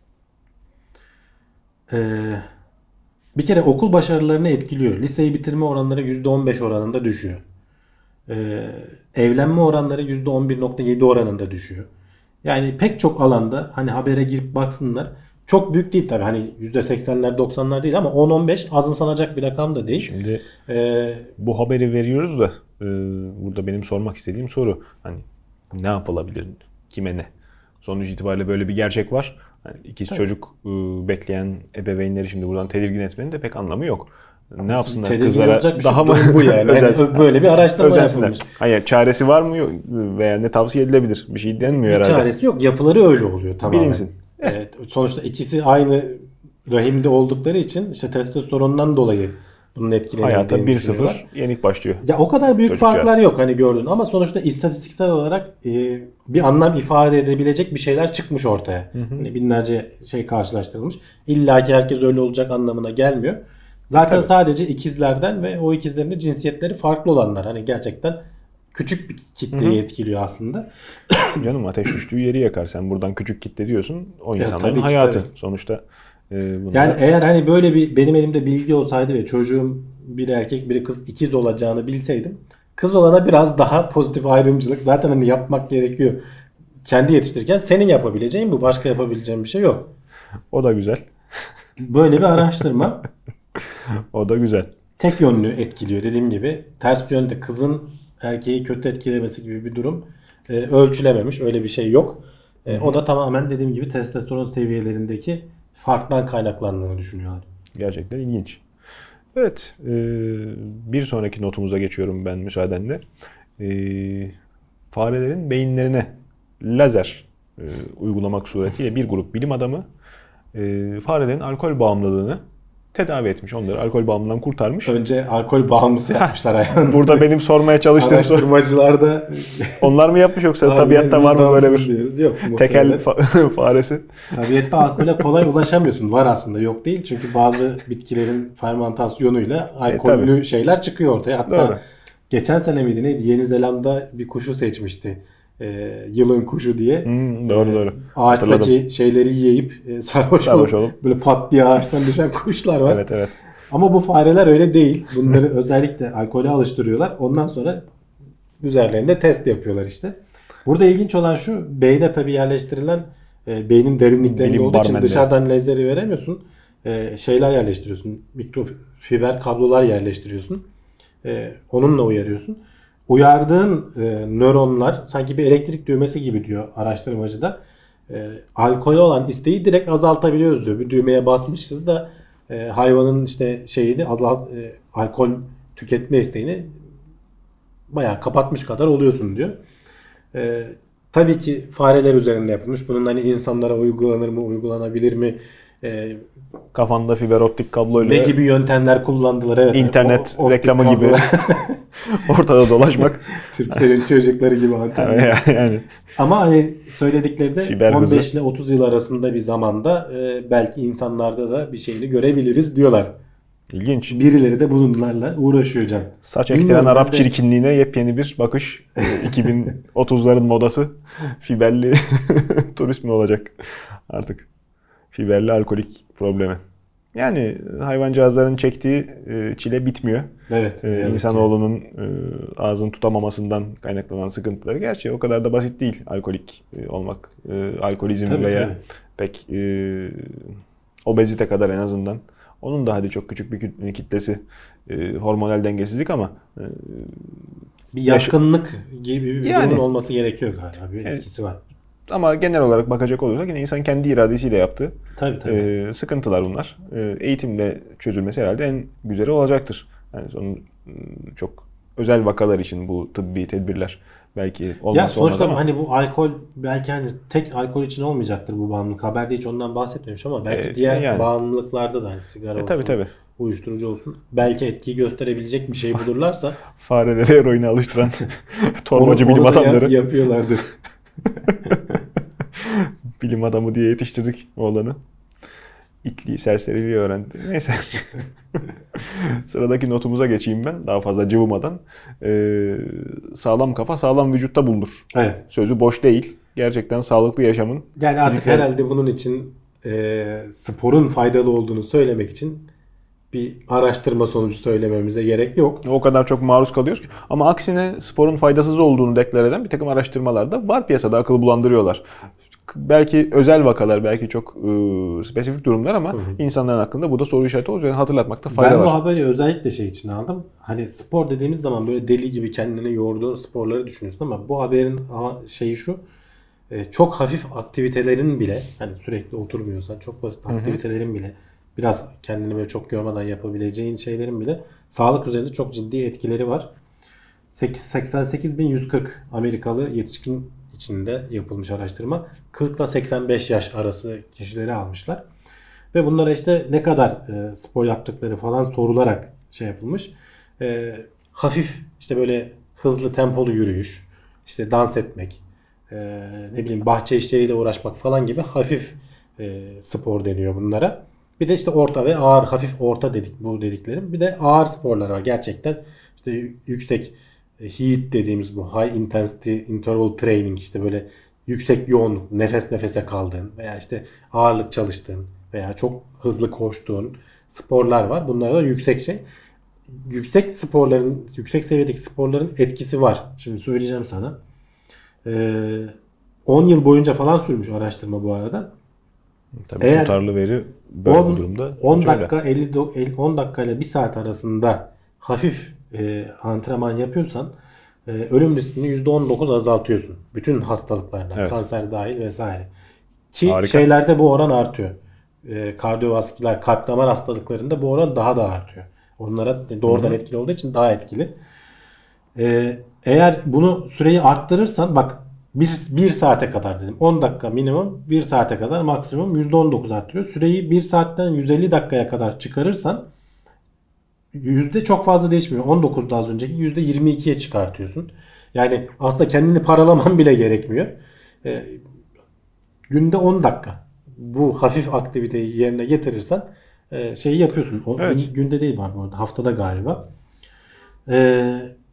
Ee, bir kere okul başarılarını etkiliyor. Liseyi bitirme oranları yüzde on beş oranında düşüyor. Ee, evlenme oranları yüzde on bir nokta yedi oranında düşüyor. Yani pek çok alanda hani habere girip baksınlar. Çok büyük değil tabii, hani yüzde seksenler doksanlar değil ama on on beş azımsanacak bir rakam da değil. Şimdi Ee, bu haberi veriyoruz da e, burada benim sormak istediğim soru, hani ne yapılabilir, kime ne? Sonuç itibariyle böyle bir gerçek var. Hani ikiz çocuk e, bekleyen ebeveynleri şimdi buradan tedirgin etmenin de pek anlamı yok. Ne yapsınlar, tedirgin kızlara olacak bir şey daha mı değil bu yani. özensin- Yani böyle bir araştırma özensinler? yapılmış. Hayır, çaresi var mı yok veya ne tavsiye edilebilir? Bir şey denmiyor Bir herhalde. çaresi yok. Yapıları öyle oluyor tamamen. Bilinsin. Evet, sonuçta ikisi aynı rahimde oldukları için işte testosterondan dolayı bunun etkilerini Hayata bir sıfır yenik başlıyor. Ya o kadar büyük Çocukcağız. farklar yok hani gördüğün ama sonuçta istatistiksel olarak e, bir anlam ifade edebilecek bir şeyler çıkmış ortaya. Hı hı. Hani binlerce şey karşılaştırılmış. İlla ki herkes öyle olacak anlamına gelmiyor. Zaten Tabii. sadece ikizlerden ve o ikizlerin de cinsiyetleri farklı olanlar. Hani gerçekten küçük bir kitleyi Hı-hı. etkiliyor aslında. Canım ateş düştüğü yeri yakar. Sen buradan küçük kitle diyorsun. O insanların evet, hayatı ki, sonuçta. E, bunlar... Yani eğer hani böyle bir benim elimde bilgi olsaydı ve çocuğum biri erkek biri kız ikiz olacağını bilseydim kız olana biraz daha pozitif ayrımcılık zaten hani yapmak gerekiyor. Kendi yetiştirirken senin yapabileceğin bu. Başka yapabileceğin bir şey yok. O da güzel. Böyle bir araştırma. O da güzel. Tek yönlü etkiliyor dediğim gibi. Ters yönde kızın erkeği kötü etkilemesi gibi bir durum e, ölçülememiş. Öyle bir şey yok. E, o da tamamen dediğim gibi testosteron seviyelerindeki farktan kaynaklandığını düşünüyorlar. Gerçekten ilginç. Evet. E, bir sonraki notumuza geçiyorum ben müsaadenle. E, farelerin beyinlerine lazer e, uygulamak suretiyle bir grup bilim adamı e, farelerin alkol bağımlılığını tedavi etmiş. Onları alkol bağımlılığından kurtarmış. Önce alkol bağımlısı yapmışlar hayvanı. Burada benim sormaya çalıştığım soru. Araştırmacılarda onlar mı yapmış yoksa tabiatta var mı böyle bir diyoruz. Yok, tekel fa- faresi? Tabiatta alkole kolay ulaşamıyorsun. Var aslında, yok değil. Çünkü bazı bitkilerin fermentasyonuyla alkollü e, şeyler çıkıyor ortaya. Hatta Doğru. geçen sene miydi neydi? Yeni Zelanda bir kuşu seçmişti. Ee, yılın kuşu diye. Hmm, doğru doğru. Ağaçtaki Hatırladım. şeyleri yiyip e, sarhoş, sarhoş olup, olup böyle pat diye ağaçtan düşen kuşlar var. Evet evet. Ama bu fareler öyle değil. Bunları özellikle alkole alıştırıyorlar. Ondan sonra üzerlerinde test yapıyorlar işte. Burada ilginç olan şu, beyne tabii yerleştirilen e, beynin derinliklerinde Bilim olduğu için dışarıdan lazeri veremiyorsun. E, şeyler yerleştiriyorsun. Mikrofiber kablolar yerleştiriyorsun. E, onunla uyarıyorsun. Uyardığın e, nöronlar sanki bir elektrik düğmesi gibi diyor araştırmacı da. E, alkole olan isteği direkt azaltabiliyoruz diyor. Bir düğmeye basmışız da e, hayvanın işte şeyini azalt e, alkol tüketme isteğini bayağı kapatmış kadar oluyorsun diyor. E, tabii ki fareler üzerinde yapılmış. Bunun hani insanlara uygulanır mı, uygulanabilir mi? E, Kafanda fiber optik kabloyla ne gibi yöntemler kullandılar? Evet. İnternet o, reklamı kablo. gibi ortada dolaşmak. Türkcell'in çocukları gibi antenler. yani. Ama hani söyledikleri de fiber on beş hızı. ile otuz yıl arasında bir zamanda e, belki insanlarda da bir şeyini görebiliriz diyorlar. İlginç. Birileri de bunlarla uğraşıyor can. Saç ektiren Arap de... çirkinliğine yepyeni bir bakış. iki bin otuzların modası. Fiberli turist mi olacak artık? Fiberli alkolik problemi. Yani hayvancağızların çektiği e, çile bitmiyor. Evet. E, insanoğlunun e, ağzını tutamamasından kaynaklanan sıkıntıları. Gerçi o kadar da basit değil alkolik e, olmak. E, alkolizm tabii, veya tabii. pek e, obezite kadar en azından. Onun da hadi çok küçük bir kitlesi e, hormonal dengesizlik ama e, bir yatkınlık gibi bir yani, durumun olması gerekiyor galiba. Bir etkisi var. Ama genel olarak bakacak olursak yine insan kendi iradesiyle yaptığı tabii, tabii. E, sıkıntılar bunlar. E, eğitimle çözülmesi herhalde en güzeli olacaktır. Yani onun çok özel vakalar için bu tıbbi tedbirler belki olmazsa ya sonuçta olmaz ama. Hani bu alkol belki hani tek alkol için olmayacaktır bu bağımlılık. Haberde hiç ondan bahsetmemiş ama belki e, diğer yani. bağımlılıklarda da hani sigara e, olsun, tabii, tabii. uyuşturucu olsun. Belki etkiyi gösterebilecek bir şey bulurlarsa. Fareleri eroine alıştıran torbacı onu, bilim onu adamları. Ya, yapıyorlardır. Bilim adamı diye yetiştirdik oğlanı. İtliği, serseriliği öğrendi. Neyse. Sıradaki notumuza geçeyim ben. Daha fazla cıvımadan. Ee, sağlam kafa sağlam vücutta bulunur. Evet. Sözü boş değil. Gerçekten sağlıklı yaşamın. Yani artık fiziksel... herhalde bunun için e, sporun faydalı olduğunu söylemek için bir araştırma sonucu söylememize gerek yok. O kadar çok maruz kalıyoruz ki. Ama aksine sporun faydasız olduğunu deklar eden bir takım araştırmalar da var piyasada. Akıl bulandırıyorlar. Belki özel vakalar, belki çok e, spesifik durumlar ama hı hı. insanların aklında bu da soru işareti oluyor. Yani hatırlatmakta fayda ben var. Ben bu haberi özellikle şey için aldım. Hani spor dediğimiz zaman böyle deli gibi kendini yorduğun sporları düşünüyorsun ama bu haberin şeyi şu. Çok hafif aktivitelerin bile, hani sürekli oturmuyorsan çok basit aktivitelerin bile, biraz kendini böyle çok yormadan yapabileceğin şeylerin bile sağlık üzerinde çok ciddi etkileri var. seksen sekiz bin yüz kırk Amerikalı yetişkin içinde yapılmış araştırma. kırk ile seksen beş yaş arası kişileri almışlar. Ve bunlara işte ne kadar e, spor yaptıkları falan sorularak şey yapılmış. E, hafif işte böyle hızlı tempolu yürüyüş, işte dans etmek, e, ne bileyim bahçe işleriyle uğraşmak falan gibi hafif e, spor deniyor bunlara. Bir de işte orta ve ağır, hafif orta dedik bu dediklerim. Bir de ağır sporlar var gerçekten. İşte yüksek heat dediğimiz bu high intensity interval training, işte böyle yüksek yoğunluk, nefes nefese kaldığın veya işte ağırlık çalıştığın veya çok hızlı koştuğun sporlar var. Bunlar da yüksek şey. Yüksek sporların, yüksek seviyedeki sporların etkisi var. Şimdi söyleyeceğim sana. Ee, on yıl boyunca falan sürmüş araştırma bu arada. Tabii Eğer tutarlı veri böyle on, bir durumda. on şöyle. dakika elli on dakika ile bir saat arasında hafif e, antrenman yapıyorsan e, ölüm riskini yüzde on dokuz azaltıyorsun. Bütün hastalıklardan, Evet. kanser dahil vesaire. Ki Harika. şeylerde bu oran artıyor. E, kardiyovasküler, kalp damar hastalıklarında bu oran daha da artıyor. Onlara doğrudan Hı hı. etkili olduğu için daha etkili. E, eğer bunu süreyi arttırırsan bak bir, bir saate kadar dedim. on dakika minimum, bir saate kadar maksimum yüzde on dokuz arttırıyor. Süreyi bir saatten yüz elli dakikaya kadar çıkarırsan yüzde çok fazla değişmiyor. on dokuzda az önceki yüzde yirmi ikiye çıkartıyorsun. Yani aslında kendini paralaman bile gerekmiyor. E, günde on dakika bu hafif aktiviteyi yerine getirirsen e, şeyi yapıyorsun. O, Evet. gün- günde değil var bu arada. Haftada galiba. E,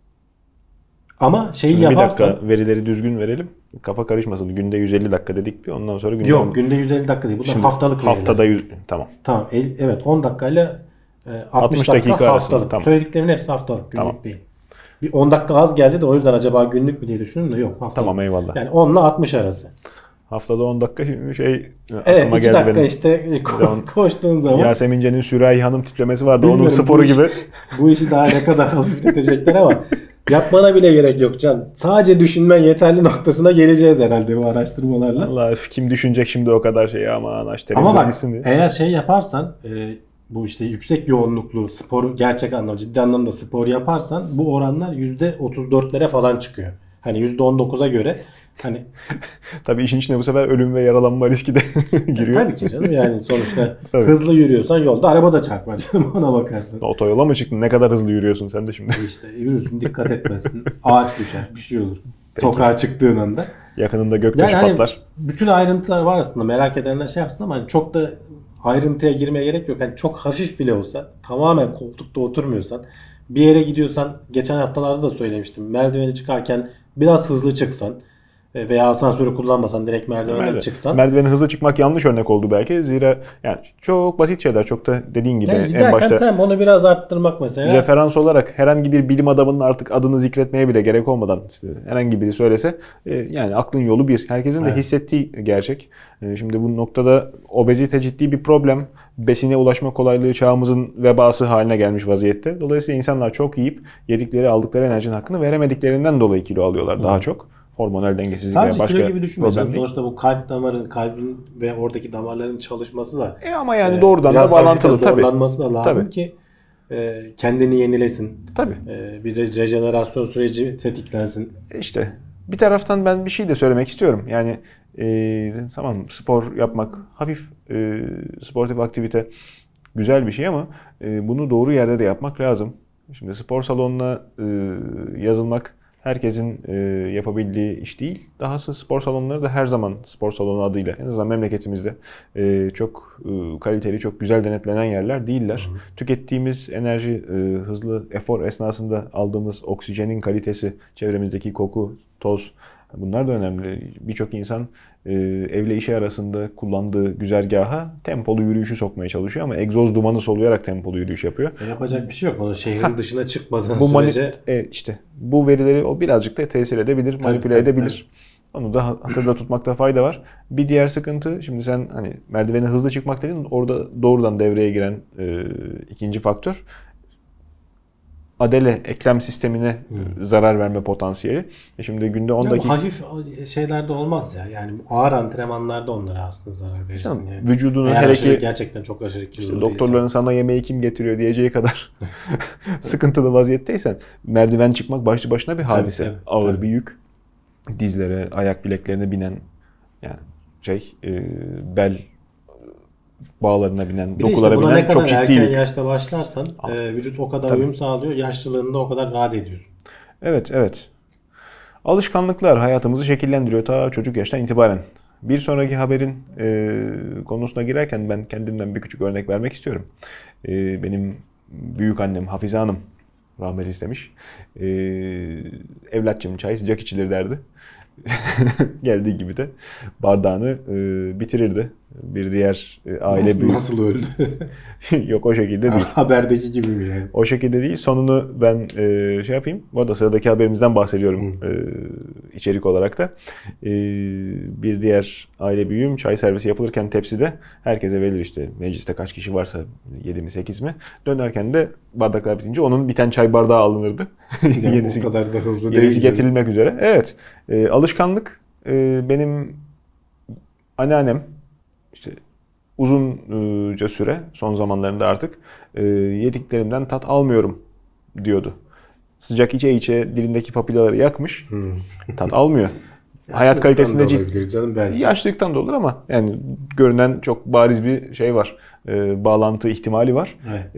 ama şeyi Şimdi bir yaparsan dakika verileri düzgün verelim. Kafa karışmasın. Günde yüz elli dakika dedik bir. Ondan sonra günde on- yok günde yüz elli dakika değil. Bunlar Şimdi haftalık veriler. haftada yüz tamam. Tamam. el- evet on dakikayla e, altmış, altmış dakika, dakika arasında, haftalık. tamam. Söylediklerimin hepsi haftalık. Günlük Tamam. değil. Bir on dakika az geldi de o yüzden acaba günlük mü diye düşündüm de yok haftalık. Tamam, eyvallah. Yani on ile altmış arası. Haftada on dakika şey Evet aklıma iki geldi dakika benim. işte ko- zaman- koştuğun zaman Yasemin Cen'in Sürahi Hanım tiplemesi vardı. Onun bilmiyorum, sporu bu iş- gibi. bu işi daha ne kadar hafifletecekler ama yapmana bile gerek yok Can. Sadece düşünmen yeterli noktasına geleceğiz herhalde bu araştırmalarla. Allah kim düşünecek şimdi o kadar şeyi, aman aç Ama televizyon bak gitsin diye. eğer şey yaparsan e, bu işte yüksek yoğunluklu sporu gerçek anlamda ciddi anlamda spor yaparsan bu oranlar yüzde otuz dörtlere falan çıkıyor. Hani yüzde on dokuza göre hani Tabii işin içine bu sefer ölüm ve yaralanma riski de giriyor. tabii ki canım yani sonuçta Tabii. hızlı yürüyorsan yolda araba da çarpar canım ona bakarsın. Otoyola mı çıktın? Ne kadar hızlı yürüyorsun sen de şimdi. İşte yürürsün dikkat etmezsin. Ağaç düşer bir şey olur. Sokağa çıktığın anda. Yakınında göktaşı Yani hani patlar. bütün ayrıntılar var aslında merak edenler şey yapsın ama hani çok da ayrıntıya girmeye gerek yok. Hani çok hafif bile olsa tamamen koltukta oturmuyorsan bir yere gidiyorsan geçen haftalarda da söylemiştim. Merdiveni çıkarken biraz hızlı çıksan e, veya asansörü kullanmasan direkt merdivenden Merdiven- çıksan. Merdiveni hızlı çıkmak yanlış örnek oldu belki. Zira yani çok basit şeyler, çok da dediğin gibi Yani en giderken başta tamam onu biraz arttırmak mesela. referans olarak herhangi bir bilim adamının artık adını zikretmeye bile gerek olmadan işte herhangi biri söylese e, yani aklın yolu bir. Herkesin de Evet. hissettiği gerçek. E, Şimdi bu noktada obezite ciddi bir problem. Besine ulaşma kolaylığı çağımızın vebası haline gelmiş vaziyette. Dolayısıyla insanlar çok yiyip yedikleri aldıkları enerjinin hakkını veremediklerinden dolayı kilo alıyorlar daha çok. Hormonal dengesizlik veya Sadece başka kilo gibi düşünmeyeceğim. problem değil. Sonuçta bu kalp damarın, kalbin ve oradaki damarların çalışması da E ama yani e, doğrudan biraz da bağlantılı hafifte tabii. zorlanması da lazım Tabii. ki e, kendini yenilesin. Tabii. E, bir re- rejenerasyon süreci tetiklensin. İşte bir taraftan ben bir şey de söylemek istiyorum. Yani e, tamam spor yapmak, hafif e, sportif aktivite güzel bir şey ama e, bunu doğru yerde de yapmak lazım. Şimdi spor salonuna e, yazılmak herkesin e, yapabildiği iş değil. Dahası spor salonları da her zaman spor salonu adıyla en azından memleketimizde e, çok e, kaliteli, çok güzel denetlenen yerler değiller. Hı hı. Tükettiğimiz enerji, e, hızlı efor esnasında aldığımız oksijenin kalitesi, çevremizdeki koku, toz, bunlar da önemli. Birçok insan e, evle işe arasında kullandığı güzergaha tempolu yürüyüşü sokmaya çalışıyor ama egzoz dumanı soluyarak tempolu yürüyüş yapıyor. E, yapacak bir şey yok. Onu şehrin dışına çıkmadığın Bu mani- sürece e, işte bu verileri o birazcık da tesir edebilir, manipüle tabii, edebilir. Onu da hatırda tutmakta fayda var. Bir diğer sıkıntı, şimdi sen hani merdiveni hızlı çıkmak dedin, orada doğrudan devreye giren e, ikinci faktör adele eklem sistemine Hmm. zarar verme potansiyeli. E şimdi günde on Ya bu dakika hafif şeylerde olmaz ya. Yani ağır antrenmanlarda onlara aslında zarar verirsin. Canım, Yani. vücudunu Eğer hele aşırı, ki gerçekten çok aşırı kilolu işte değilsen. doktorların sana yemeği kim getiriyor diyeceği kadar sıkıntılı vaziyetteysen merdiven çıkmak başlı başına bir hadise. tabii, Ağır tabii. bir yük. Dizlere, ayak bileklerine binen yani şey e, bel bağlarına binen, Bir de işte dokulara buna ne binen kadar çok ciddi erken yük. yaşta başlarsan e, vücut o kadar Tabii. uyum sağlıyor. Yaşlılığında o kadar rahat ediyorsun. Evet, evet. Alışkanlıklar hayatımızı şekillendiriyor ta çocuk yaştan itibaren. Bir sonraki haberin e, konusuna girerken ben kendimden bir küçük örnek vermek istiyorum. E, benim büyük annem Hafize Hanım rahmet istemiş. E, evlatçım çay sıcak içilir derdi. Geldiği gibi de bardağını e, bitirirdi. Bir diğer e, aile Nasıl, büyüğü. nasıl öldü? Yok o şekilde değil. Haberdeki gibi mi yani? O şekilde değil. Sonunu ben e, şey yapayım. Bu arada sıradaki haberimizden bahsediyorum e, içerik olarak da. E, bir diğer aile büyüğüm çay servisi yapılırken tepside herkese verilir işte. Mecliste kaç kişi varsa yedi mi sekiz mi. Dönerken de bardaklar bitince onun biten çay bardağı alınırdı. Yani yenisi, o kadar da hızlı yenisi değil. getirilmek üzere. Evet. E, alışkanlık e, benim anneannem işte uzunca süre son zamanlarında artık e, yediklerimden tat almıyorum diyordu. Sıcak içe içe dilindeki papilaları yakmış. Hmm. Tat almıyor. Hayat kalitesinde ciddi. Canım belki. Yaşlılıktan da olur ama yani görünen çok bariz bir şey var. E, bağlantı ihtimali var. Evet. E,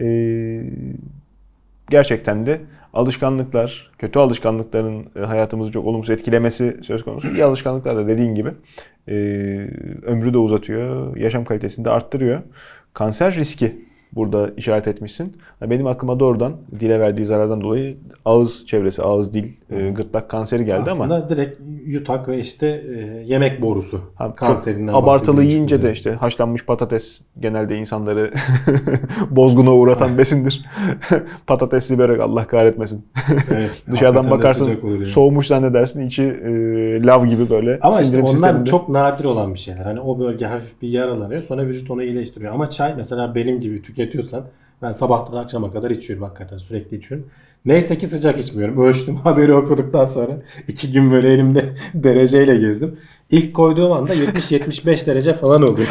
gerçekten de alışkanlıklar, kötü alışkanlıkların e, hayatımızı çok olumsuz etkilemesi söz konusu. İyi alışkanlıklar da dediğin gibi e, ömrü de uzatıyor, yaşam kalitesini de arttırıyor. Kanser riski burada işaret etmişsin. Benim aklıma doğrudan dile verdiği zarardan dolayı ağız çevresi, ağız, dil, e, gırtlak kanseri geldi Aslında ama direkt yutak ve işte e, yemek borusu ha, kanserinden çok abartılı bahsediyormuş yiyince burada. de işte haşlanmış patates genelde insanları bozguna uğratan besindir. Patatesli börek Allah kahretmesin. Evet, Dışarıdan hakikaten de bakarsın sıcak olur yani. soğumuş zannedersin içi e, lav gibi böyle Ama işte sindirim onlar sisteminde. çok nadir olan bir şeyler. Hani o bölge hafif bir yaralanıyor. Sonra vücut onu iyileştiriyor. Ama çay mesela benim gibi tüketiyorsan ben sabahtan akşama kadar içiyorum hakikaten. Sürekli içiyorum. Neyse ki sıcak içmiyorum. Ölçtüm haberi okuduktan sonra. iki gün böyle elimde dereceyle gezdim. İlk koyduğum anda yetmiş yetmiş beş derece falan oluyor.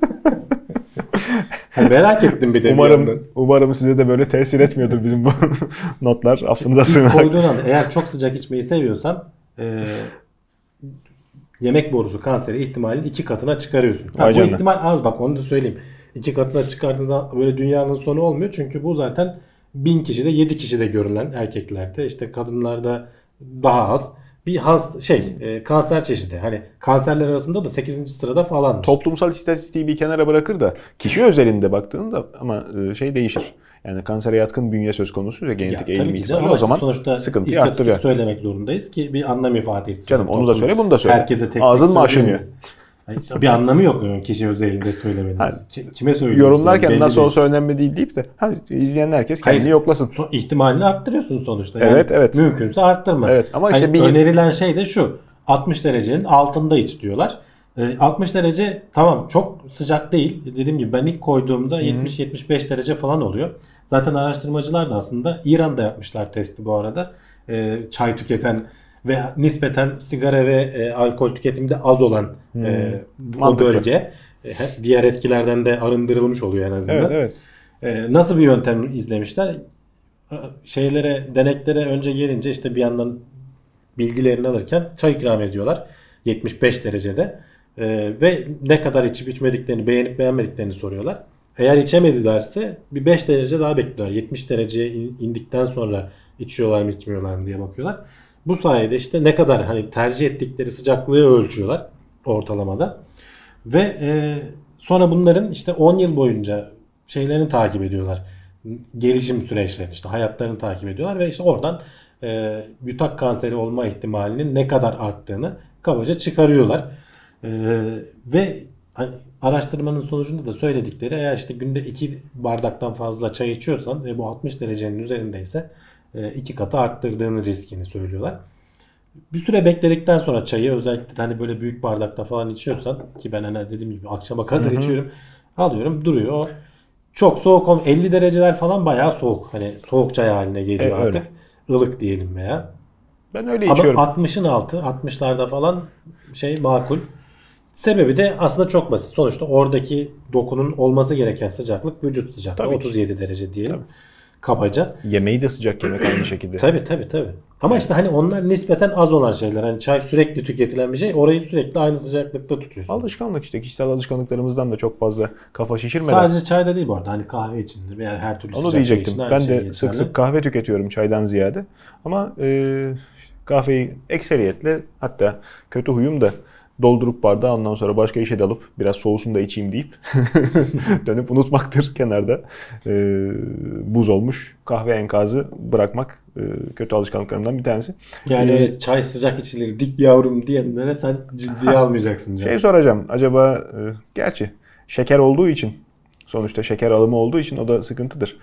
Yani merak ettim bir de bir yandan. Umarım umarım size de böyle tesir etmiyordur bizim bu notlar. Affınıza İlk sığınarak. koyduğun anda eğer çok sıcak içmeyi seviyorsan e, yemek borusu kanseri ihtimalinin iki katına çıkarıyorsun. Ha, Vay bu canına. ihtimal az bak onu da söyleyeyim. İki katına çıkardığın zaman böyle dünyanın sonu olmuyor. Çünkü bu zaten bin kişide yedi kişide görülen erkeklerde işte kadınlarda daha az bir has, şey e, kanser çeşidi. Hani kanserler arasında da sekizinci sırada falan. Toplumsal istatistiği bir kenara bırakır da kişi özelinde baktığında ama e, şey değişir. Yani kansere yatkın bünye söz konusu ve genetik eğilim itibariyle o zaman sonuçta sıkıntıyı istatistik arttırıyor. söylemek zorundayız ki bir anlam ifade etsin. Canım onu da Toplum söyle bunu da söyle. Herkese tek Ağzın tek mı aşınıyor? söyleyemeyiz. Yani işte bir anlamı yok yani kişi özelinde söylemenin. Ha, Ki- Kime söylüyoruz? Yorumlarken Yani belli nasıl değil. olsa önemli değil deyip de ha, izleyen herkes kendini Hayır. yoklasın. So- ihtimalini arttırıyorsun sonuçta. Yani Evet, evet. Mümkünse arttırma. Evet, ama işte Hani bir- önerilen şey de şu. altmış derecenin altında iç diyorlar. Ee, altmış derece tamam çok sıcak değil. Dediğim gibi ben ilk koyduğumda yetmiş yetmiş beş derece falan oluyor. Zaten araştırmacılar da aslında İran'da yapmışlar testi bu arada. Ee, çay tüketen ve nispeten sigara ve e, alkol tüketiminde az olan e, o Mantıklı. bölge e, diğer etkilerden de arındırılmış oluyor en azından. Evet, evet. Ee, nasıl bir yöntem izlemişler? Şeylere, deneklere önce gelince işte bir yandan bilgilerini alırken çay ikram ediyorlar. yetmiş beş derecede. Ee, ve ne kadar içip içmediklerini, beğenip beğenmediklerini soruyorlar. Eğer içemedilerse bir beş derece daha bekliyorlar. yetmiş dereceye indikten sonra içiyorlar mı içmiyorlar mı diye bakıyorlar. Bu sayede işte ne kadar hani tercih ettikleri sıcaklığı ölçüyorlar ortalamada. Ve e, sonra bunların işte on yıl boyunca şeylerini takip ediyorlar. Gelişim süreçlerini, işte hayatlarını takip ediyorlar ve işte oradan e, yutak kanseri olma ihtimalinin ne kadar arttığını kabaca çıkarıyorlar. E, ve hani araştırmanın sonucunda da söyledikleri eğer işte günde iki bardaktan fazla çay içiyorsan ve bu altmış derecenin üzerindeyse e, iki katı arttırdığını riskini söylüyorlar. Bir süre bekledikten sonra çayı özellikle hani böyle büyük bardakta falan içiyorsan ki ben hani dediğim gibi akşama kadar Hı hı. içiyorum. Alıyorum duruyor. O çok soğuk olm- elli dereceler falan bayağı soğuk. Hani soğuk çay haline geliyor E, artık. Ilık diyelim veya. Ben öyle Ama içiyorum. altmışın altı, altmışlarda falan şey makul. Sebebi de aslında çok basit. Sonuçta oradaki dokunun olması gereken sıcaklık vücut sıcaklığı. Tabii ki. otuz yedi derece diyelim. Tabii. kabaca. Yemeği de sıcak yemek aynı şekilde. Tabii tabii tabii. Ama işte hani onlar nispeten az olan şeyler. Hani çay sürekli tüketilen bir şey. Orayı sürekli aynı sıcaklıkta tutuyorsun. Alışkanlık işte. Kişisel alışkanlıklarımızdan da çok fazla kafa şişirmeden. Sadece çayda değil bu arada. Hani kahve içindir veya her türlü Onu sıcak diyecektim. şey için Ben aynı de şey sık geçerli. sık kahve tüketiyorum çaydan ziyade. Ama e, kahveyi ekseriyetle, hatta kötü huyum da doldurup bardağı ondan sonra başka işe dalıp biraz soğusun da içeyim deyip dönüp unutmaktır kenarda. E, buz olmuş kahve enkazı bırakmak e, kötü alışkanlıklarımdan bir tanesi. Yani Ee, öyle çay sıcak içilir dik yavrum diyenlere sen ciddiye almayacaksın canım. Şey soracağım. Acaba e, gerçi şeker olduğu için, sonuçta şeker alımı olduğu için o da sıkıntıdır.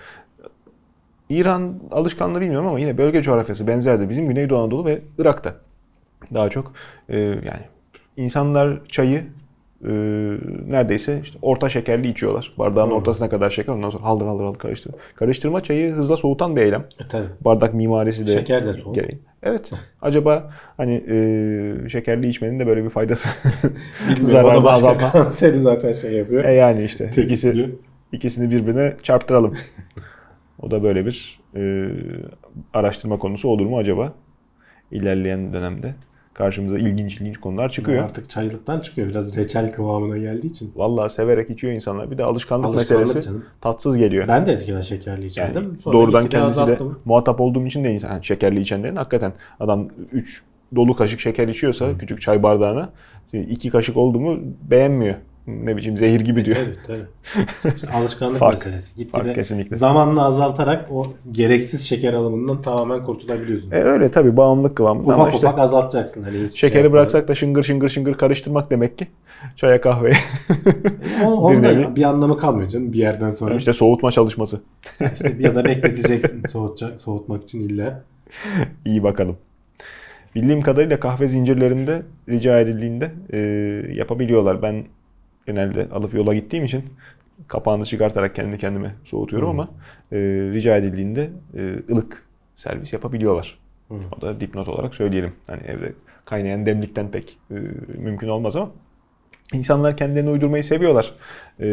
İran alışkanlığı bilmiyorum ama yine bölge coğrafyası benzerdir. Bizim Güneydoğu Anadolu ve Irak'ta daha çok e, yani insanlar çayı e, neredeyse işte orta şekerli içiyorlar. Bardağın Hmm. ortasına kadar şeker, ondan sonra haldır haldır haldır karıştır. Karıştırma çayı hızla soğutan bir eylem. E, tabii. Bardak mimarisi de Şeker de soğuk. gereği. Evet. Acaba hani e, şekerli içmenin de böyle bir faydası, Bilmiyorum. O da zararını başka azaltma. kanseri zaten şey yapıyor. E yani işte ikisi, Tetikliyor. ikisini birbirine çarptıralım. O da böyle bir e, araştırma konusu olur mu acaba? İlerleyen dönemde karşımıza ilginç ilginç konular çıkıyor. Artık çaylıktan çıkıyor. Biraz reçel kıvamına geldiği için. Vallahi severek içiyor insanlar. Bir de alışkanlık, Alışkanlık meselesi canım. tatsız geliyor. Ben de eskiden şekerli içerdim. Yani Sonra doğrudan gitgide kendisiyle azalttım. muhatap olduğum için de insan, yani şekerli içenlerin hakikaten adam üç dolu kaşık şeker içiyorsa Hı. küçük çay bardağına iki kaşık oldu mu beğenmiyor. Ne biçim zehir gibi diyor. Tabii tabii. İşte alışkanlık Fark. meselesi. Fark Gitgide kesinlikle. zamanla azaltarak o gereksiz şeker alımından tamamen kurtulabiliyorsun. E öyle tabii, bağımlılık kıvamında ama Ufak işte ufak azaltacaksın. Hani hiç şekeri şey yapmadan. bıraksak da şıngır şıngır şıngır karıştırmak demek ki çaya kahveye. O, onun bir da nevi. bir anlamı kalmıyor canım bir yerden sonra. işte soğutma çalışması. İşte ya da bekleteceksin soğutacak, soğutmak için illa. İyi bakalım. Bildiğim kadarıyla kahve zincirlerinde rica edildiğinde e, yapabiliyorlar. Ben genelde alıp yola gittiğim için kapağını çıkartarak kendi kendime soğutuyorum Hmm. ama e, rica edildiğinde e, ılık servis yapabiliyorlar. Hmm. O da dipnot olarak söyleyelim. Hani evde kaynayan demlikten pek e, mümkün olmaz ama insanlar kendilerini uydurmayı seviyorlar. E,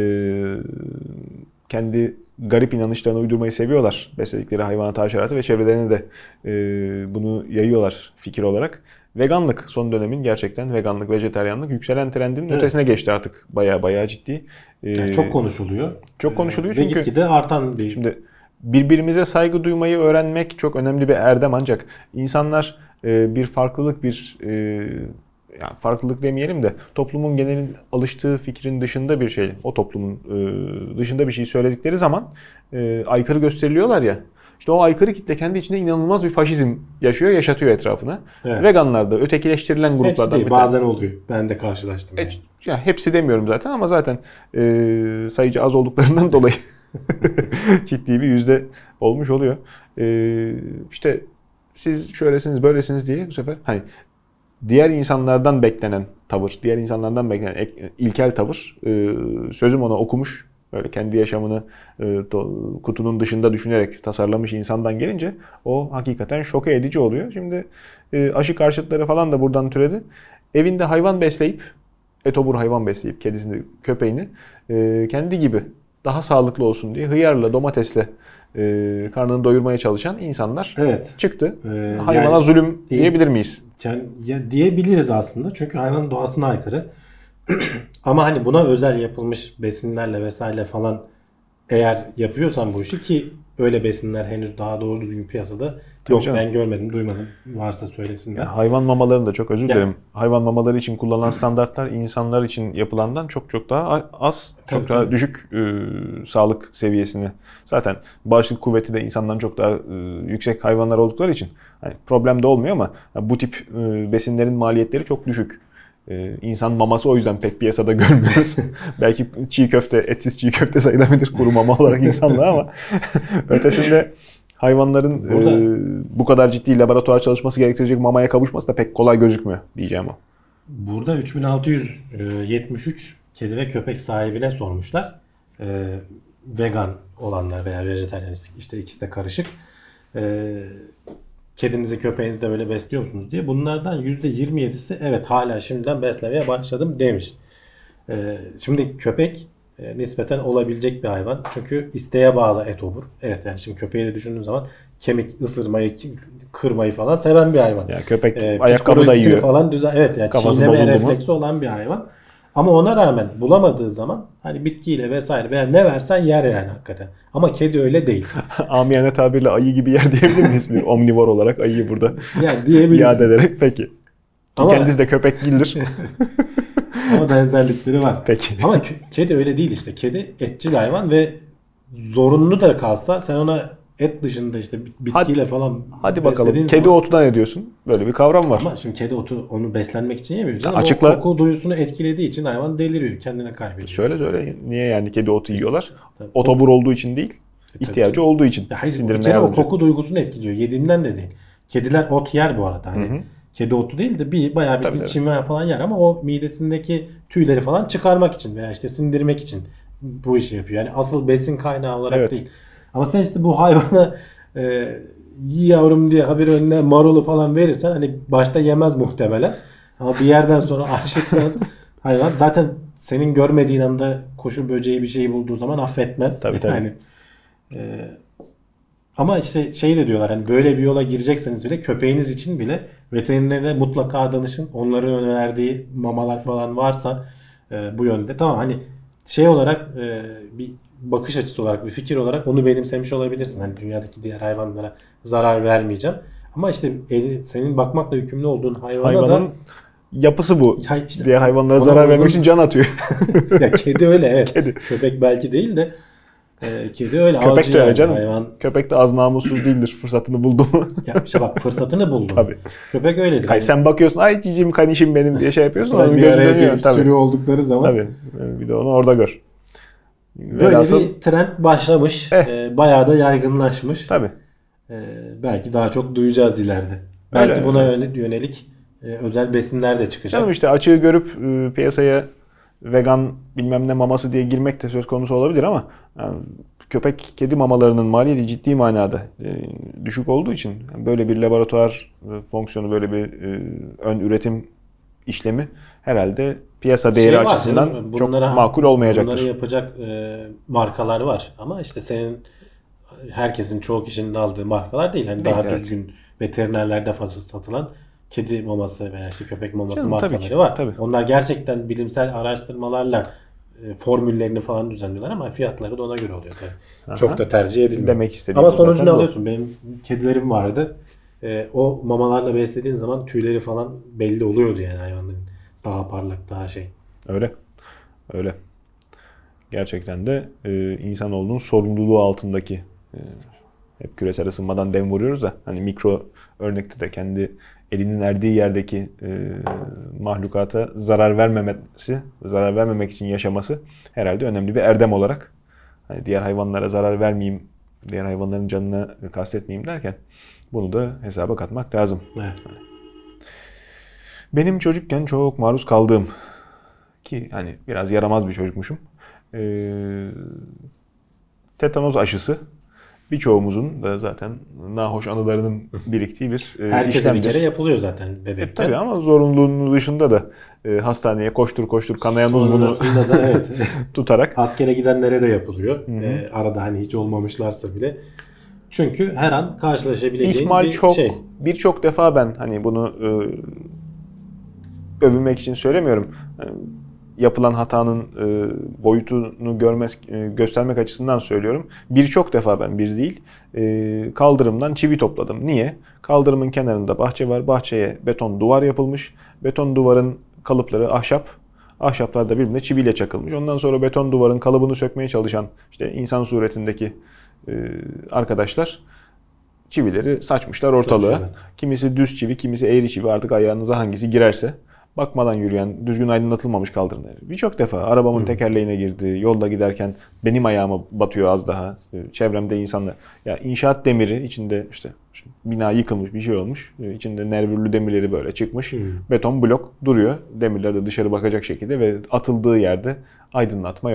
kendi garip inanışlarını uydurmayı seviyorlar. Besledikleri hayvanat haşeratı ve çevrelerine de e, bunu yayıyorlar fikir olarak. Veganlık son dönemin gerçekten veganlık, vejetaryenlik yükselen trendin Evet. ötesine geçti artık. Bayağı bayağı ciddi. E, Yani çok konuşuluyor. çok konuşuluyor Ee, çünkü Ve gitgide artan bir... Şimdi birbirimize saygı duymayı öğrenmek çok önemli bir erdem, ancak insanlar e, bir farklılık, bir e, yani farklılık demeyelim de toplumun genelin alıştığı fikrin dışında bir şey, o toplumun e, dışında bir şey söyledikleri zaman e, aykırı gösteriliyorlar ya. İşte o aykırı kitle kendi içinde inanılmaz bir faşizm yaşıyor, yaşatıyor etrafına. Evet. Veganlar da ötekileştirilen Hepsi gruplardan değil, bir tanesi. bazen oluyor. Ben de karşılaştım. E, Yani. ya hepsi demiyorum zaten ama zaten e, sayıcı az olduklarından dolayı ciddi bir yüzde olmuş oluyor. E, işte siz şöylesiniz, böylesiniz diye bu sefer hani diğer insanlardan beklenen tavır, diğer insanlardan beklenen ek- ilkel tavır, e, sözüm ona okumuş, böyle kendi yaşamını e, to- kutunun dışında düşünerek tasarlamış insandan gelince o hakikaten şoke edici oluyor. Şimdi e, aşı karşıtları falan da buradan türedi. Evinde hayvan besleyip, etobur hayvan besleyip kedisini, köpeğini e, kendi gibi daha sağlıklı olsun diye hıyarla, domatesle e, karnını doyurmaya çalışan insanlar Evet. çıktı. Ee, Hayvana yani- zulüm diyebilir miyiz? Yani ya diyebiliriz aslında. Çünkü hayvanın doğasına aykırı. Ama hani buna özel yapılmış besinlerle vesaire falan eğer yapıyorsan bu işi, ki öyle besinler henüz daha doğru düzgün piyasada Tabii yok, canım. ben görmedim, duymadım. Varsa söylesinler. Ya hayvan mamalarını da çok özür Ya- dilerim. Hayvan mamaları için kullanılan standartlar insanlar için yapılandan çok çok daha az, çok Tabii, daha tabii. düşük e, sağlık seviyesini. Zaten bağışıklık kuvveti de insandan çok daha e, yüksek hayvanlar oldukları için hani problem de olmuyor ama bu tip e, besinlerin maliyetleri çok düşük. E, insan maması o yüzden pek piyasada görmüyoruz. Belki çiğ köfte, etsiz çiğ köfte sayılabilir kuru mama olarak insanlığa ama ötesinde hayvanların Burada- e, bu kadar ciddi laboratuvar çalışması gerektirecek mamaya kavuşması da pek kolay gözükmüyor diyeceğim o. Burada üç bin altı yüz yetmiş üç kedi ve köpek sahibine sormuşlar. Ee, vegan olanlar veya vejetaryen, işte ikisi de karışık. Ee, kedinizi, köpeğinizi de öyle besliyor musunuz diye. Bunlardan yüzde yirmi yedisi evet hala şimdiden beslemeye başladım demiş. Ee, şimdi köpek e, nispeten olabilecek bir hayvan. Çünkü isteğe bağlı etobur. Evet yani şimdi köpeği de düşündüğün zaman kemik ısırmayı, kırmayı falan seven bir hayvan. Yani köpek E, ayakkabı da psikolojisini yiyor. falan düzen, evet yani Kafası çiğneme bozuldu mu? refleksi olan bir hayvan. Ama ona rağmen bulamadığı zaman hani bitkiyle vesaire veya ne versen yer yani hakikaten. Ama kedi öyle değil. Amiyane tabirle ayı gibi yer diyebilir miyiz? Bir omnivor olarak ayıyı burada Yani diyebilirsin. iade ederek peki. Ki Ama- kendisi de köpek değildir. Ama benzerlikleri var. Peki. Ama kö- kedi öyle değil işte. Kedi etçil hayvan ve zorunlu da kalsa sen ona et dışında işte bitkiyle falan Hadi bakalım. beslediğin Kedi zaman- otuna ne diyorsun? Böyle bir kavram var. Ama şimdi kedi otu onu beslenmek için yemiyor canım. Açıkla. O koku duyusunu etkilediği için hayvan deliriyor. Kendine kaybediyor. Şöyle söyle. Niye yani kedi otu yiyorlar? Tabii. Otobur olduğu için değil. tabii. İhtiyacı olduğu için. Ya hayır, bir Sindirime kere o yardımcı. koku duygusunu etkiliyor. Yediğinden de değil. Kediler ot yer bu arada. Hani Hı hı. kedi otu değil de bir bayağı bir Tabii, tabii. çimen falan yer ama o midesindeki tüyleri falan çıkarmak için veya işte sindirmek için bu işi yapıyor. Yani asıl besin kaynağı olarak Evet. değil. Ama sen işte bu hayvana e, yi yavrum diye haber önüne marulu falan verirsen hani başta yemez muhtemelen. Ama bir yerden sonra açlıktan hayvan zaten senin görmediğin anda kuşu böceği bir şeyi bulduğu zaman affetmez. Tabii, tabii. Yani, e, ama işte şey de diyorlar hani böyle bir yola girecekseniz bile köpeğiniz için bile veterinere mutlaka danışın. Onların önerdiği mamalar falan varsa e, bu yönde. Tamam hani şey olarak e, bir bakış açısı olarak bir fikir olarak onu benimsemiş olabilirsin. Hani dünyadaki diğer hayvanlara zarar vermeyeceğim. Ama işte el- senin bakmakla yükümlü olduğun hayvana Hayvanın da yapısı bu. Ya işte Diğer hayvanlara ona zarar uygun- vermek için can atıyor. ya kedi öyle evet. Kedi. Köpek belki değil de e, kedi öyle. Köpek avcı de öyle yani canım. hayvan. Köpek de az namussuz değildir. Fırsatını buldu mu? Ya işte bak fırsatını buldun. Tabii. Köpek öyledir. Hayır, sen bakıyorsun ay cicim kanişim benim diye şey yapıyorsun. Sonra Onun bir gözü araya dönüyor. gelip Tabii. sürü oldukları zaman Tabii. Bir de onu orada gör. böyle Velhasıl, bir trend başlamış. Eh. E, bayağı da yaygınlaşmış. tabii. E, belki daha çok duyacağız ileride. Belki Öyle, buna öyle. yöne- yönelik e, özel besinler de çıkacak. Canım işte açığı görüp e, piyasaya vegan bilmem ne maması diye girmek de söz konusu olabilir ama yani köpek kedi mamalarının maliyeti ciddi manada e, düşük olduğu için yani böyle bir laboratuvar e, fonksiyonu, böyle bir e, ön üretim işlemi herhalde piyasa değeri Şey var açısından canım, çok bunlara- makul olmayacaktır. Bunları yapacak e, markalar var. Ama işte senin herkesin çoğu kişinin aldığı markalar değil. Hani Değil, daha evet. düzgün veterinerlerde fazla satılan kedi maması veya işte köpek maması Canım, tabii markaları ki, var. tabii. Onlar gerçekten bilimsel araştırmalarla e, formüllerini falan düzenliyorlar ama fiyatları da ona göre oluyor tabii. Aha. Çok da tercih edilmiyor. Demek istediğim Ama bu zaten sonucunu bu. alıyorsun. Benim kedilerim vardı. E, o mamalarla beslediğin zaman tüyleri falan belli oluyordu yani hayvanların. Daha parlak, daha şey. Öyle. Öyle. Gerçekten de e, insanoğlunun sorumluluğu altındaki e, hep küresel ısınmadan dem vuruyoruz da hani mikro örnekte de kendi elinin erdiği yerdeki e, mahlukata zarar vermemesi, zarar vermemek için yaşaması herhalde önemli bir erdem olarak. Hani diğer hayvanlara zarar vermeyeyim, diğer hayvanların canına kastetmeyeyim derken bunu da hesaba katmak lazım. Evet. Benim çocukken çok maruz kaldığım ki hani biraz yaramaz bir çocukmuşum. Ee, tetanoz aşısı birçoğumuzun da zaten nahoş anılarının biriktiği bir e, Herkese bir işlemdir. kere yapılıyor zaten E, bebekte. tabii ama zorunluluğunun dışında da e, hastaneye koştur koştur kanayan uzvunu Sonrasında da evet. tutarak Askere gidenlere de yapılıyor. Ee, arada hani hiç olmamışlarsa bile. Çünkü her an karşılaşabileceğin ihmal bir çok şey. birçok defa ben hani bunu e, övünmek için söylemiyorum. Yani yapılan hatanın e, boyutunu görmez, e, göstermek açısından söylüyorum. Birçok defa ben bir değil e, kaldırımdan çivi topladım. Niye? Kaldırımın kenarında bahçe var. Bahçeye beton duvar yapılmış. Beton duvarın kalıpları ahşap. Ahşaplar da birbirine çiviyle çakılmış. Ondan sonra beton duvarın kalıbını sökmeye çalışan işte insan suretindeki e, arkadaşlar çivileri saçmışlar ortalığa. Saçıyorlar. Kimisi düz çivi, kimisi eğri çivi, artık ayağınıza hangisi girerse. Bakmadan yürüyen, düzgün aydınlatılmamış kaldırımlar. Birçok defa arabamın tekerleğine girdi, yolda giderken benim ayağıma batıyor az daha. Çevremde insanlar. Ya inşaat demiri içinde işte bina yıkılmış, bir şey olmuş. İçinde nervürlü demirleri böyle çıkmış. Hmm. Beton blok duruyor. Demirler de dışarı bakacak şekilde ve atıldığı yerde aydınlatma yok.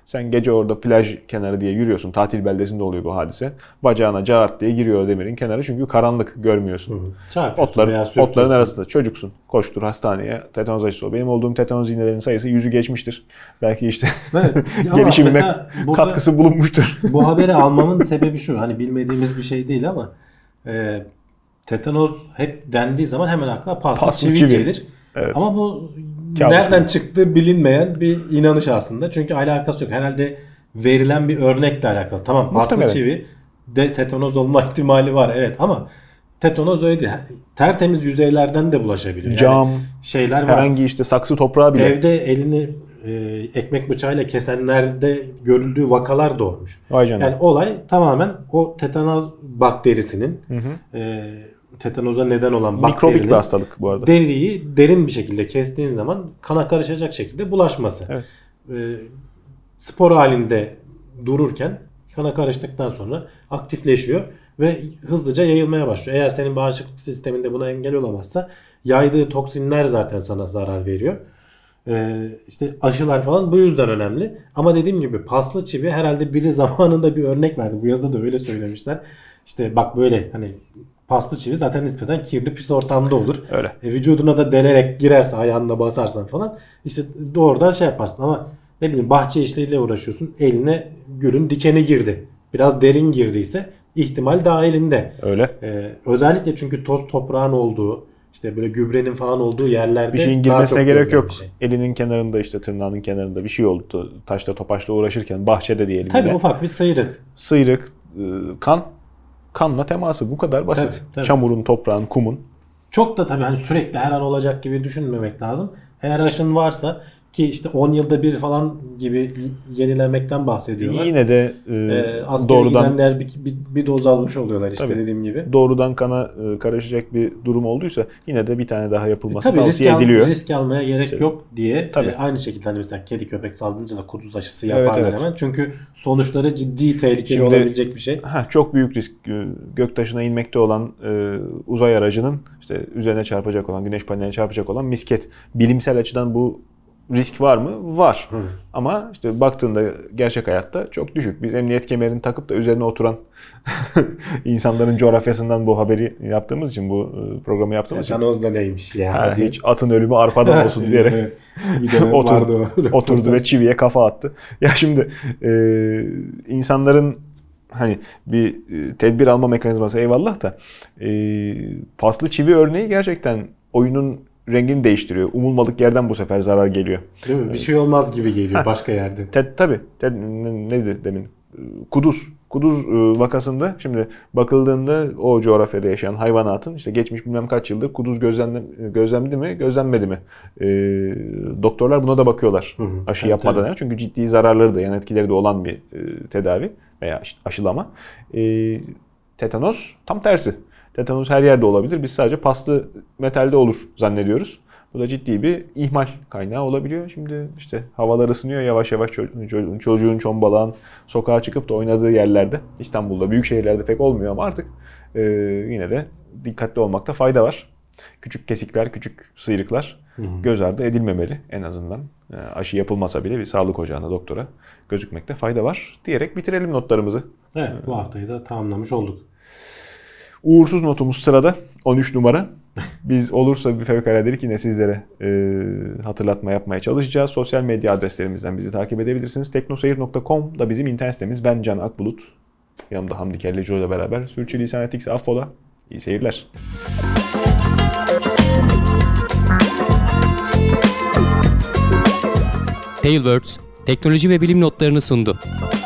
Sen gece orada plaj kenarı diye yürüyorsun. Tatil beldesinde oluyor bu hadise. Bacağına cağırt diye giriyor o demirin kenarı. Çünkü karanlık, görmüyorsun. Otlar, otların arasında çocuksun. Koştur hastaneye. Tetanoz aşısı ol. Benim olduğum tetanoz iğnelerinin sayısı yüzü geçmiştir. Belki işte evet. gelişimime katkısı bulunmuştur. Bu haberi almamın sebebi şu. Hani bilmediğimiz bir şey değil ama e, tetanoz hep dendiği zaman hemen aklına paslı, paslı çivi, çivi gelir. Evet. Ama bu Kağıt nereden gibi çıktığı bilinmeyen bir inanış aslında. Çünkü alakası yok. Herhalde verilen bir örnekle alakalı. Tamam, paslı çivi de tetanoz olma ihtimali var. Evet ama tetanoz öyle değil. Tertemiz yüzeylerden de bulaşabiliyor. Yani cam, şeyler var. Herhangi işte saksı toprağı bile. Evde elini e, ekmek bıçağıyla kesenlerde görüldüğü vakalar da olmuş. Yani olay tamamen o tetanoz bakterisinin hı hı. E, tetanoza neden olan bakterinin mikrobik bir hastalık bu arada. Deriyi derin bir şekilde kestiğin zaman kana karışacak şekilde bulaşması. Evet. E, spor halinde dururken kana karıştıktan sonra aktifleşiyor ve hızlıca yayılmaya başlıyor. Eğer senin bağışıklık sisteminde buna engel olamazsa yaydığı toksinler zaten sana zarar veriyor. Ee, işte aşılar falan bu yüzden önemli. Ama dediğim gibi paslı çivi herhalde biri zamanında bir örnek verdi. Bu yazıda da öyle söylemişler. İşte bak böyle hani paslı çivi zaten nispeten kirli pis ortamda olur. Öyle. E, vücuduna da delerek girerse ayağınla basarsan falan işte doğrudan şey yaparsın ama ne bileyim bahçe işleriyle uğraşıyorsun. Eline gülün dikeni girdi. Biraz derin girdiyse ihtimal dahilinde. Öyle. Ee, özellikle çünkü toz toprağın olduğu işte böyle gübrenin falan olduğu yerlerde bir şeyin girmesine gerek yok. Şey. Elinin kenarında işte tırnağının kenarında bir şey oldu. Taşla topaçla uğraşırken bahçede diyelim. Tabii yine. Ufak bir sıyrık. Sıyrık, kan. Kanla teması bu kadar basit. Tabii, tabii. Çamurun, toprağın, kumun. Çok da tabii hani sürekli her an olacak gibi düşünmemek lazım. Eğer aşın varsa ki işte on yılda bir falan gibi yenilemekten bahsediyorlar. Yine de e, ee, doğrudan bir, bir, bir doz almış oluyorlar işte tabii, dediğim gibi. Doğrudan kana e, karışacak bir durum olduysa yine de bir tane daha yapılması tabii, tavsiye risk ediliyor. Al, risk almaya gerek şey, yok diye tabii. E, aynı şekilde hani mesela kedi köpek saldırınca da kuduz aşısı yaparlar evet, evet. hemen. Çünkü sonuçları ciddi tehlikeli Şimdi, olabilecek bir şey. Ha, çok büyük risk. Göktaşına inmekte olan e, uzay aracının işte üzerine çarpacak olan, güneş paneline çarpacak olan misket. Bilimsel açıdan bu risk var mı? Var. Hı. Ama işte baktığında gerçek hayatta çok düşük. Biz emniyet kemerini takıp da üzerine oturan insanların coğrafyasından bu haberi yaptığımız için, bu programı yaptığımız için. Tetanoz da neymiş ya. Ha, hiç atın ölümü arpadan olsun diyerek oturdu, oturdu ve çiviye kafa attı. Ya şimdi e, insanların hani bir tedbir alma mekanizması eyvallah da e, paslı çivi örneği gerçekten oyunun rengini değiştiriyor. Umulmadık yerden bu sefer zarar geliyor. Değil mi? Bir şey olmaz gibi geliyor başka yerde. Te, tabii. Te, neydi demin? Kuduz. Kuduz vakasında şimdi bakıldığında o coğrafyada yaşayan hayvanatın işte geçmiş bilmem kaç yıldır kuduz gözlemle, gözlemledi mi, gözlenmedi mi? E, doktorlar buna da bakıyorlar. Hı hı. Aşı evet, yapmadan. Evet. Çünkü ciddi zararları da, yan etkileri de olan bir e, tedavi veya işte aşılama. E, tetanoz tam tersi. Tetanoz her yerde olabilir. Biz sadece paslı metalde olur zannediyoruz. Bu da ciddi bir ihmal kaynağı olabiliyor. Şimdi işte havalar ısınıyor yavaş yavaş, çocuğun, çocuğun çombalağın sokağa çıkıp da oynadığı yerlerde, İstanbul'da, büyük şehirlerde pek olmuyor ama artık e, yine de dikkatli olmakta fayda var. Küçük kesikler, küçük sıyrıklar hı hı. göz ardı edilmemeli en azından. E, aşı yapılmasa bile bir sağlık ocağına, doktora gözükmekte fayda var diyerek bitirelim notlarımızı. Evet, bu haftayı da tamamlamış olduk. Uğursuz notumuz sırada on üç numara. Biz olursa bir fevkaladelik yine sizlere e, hatırlatma yapmaya çalışacağız. Sosyal medya adreslerimizden bizi takip edebilirsiniz. teknoseyir nokta com da bizim internet sitemiz. Ben Can Akbulut. Yanımda Hamdi Kelleci ile beraber sürçülisan ettikse affola. İyi seyirler. Tailwords teknoloji ve bilim notlarını sundu.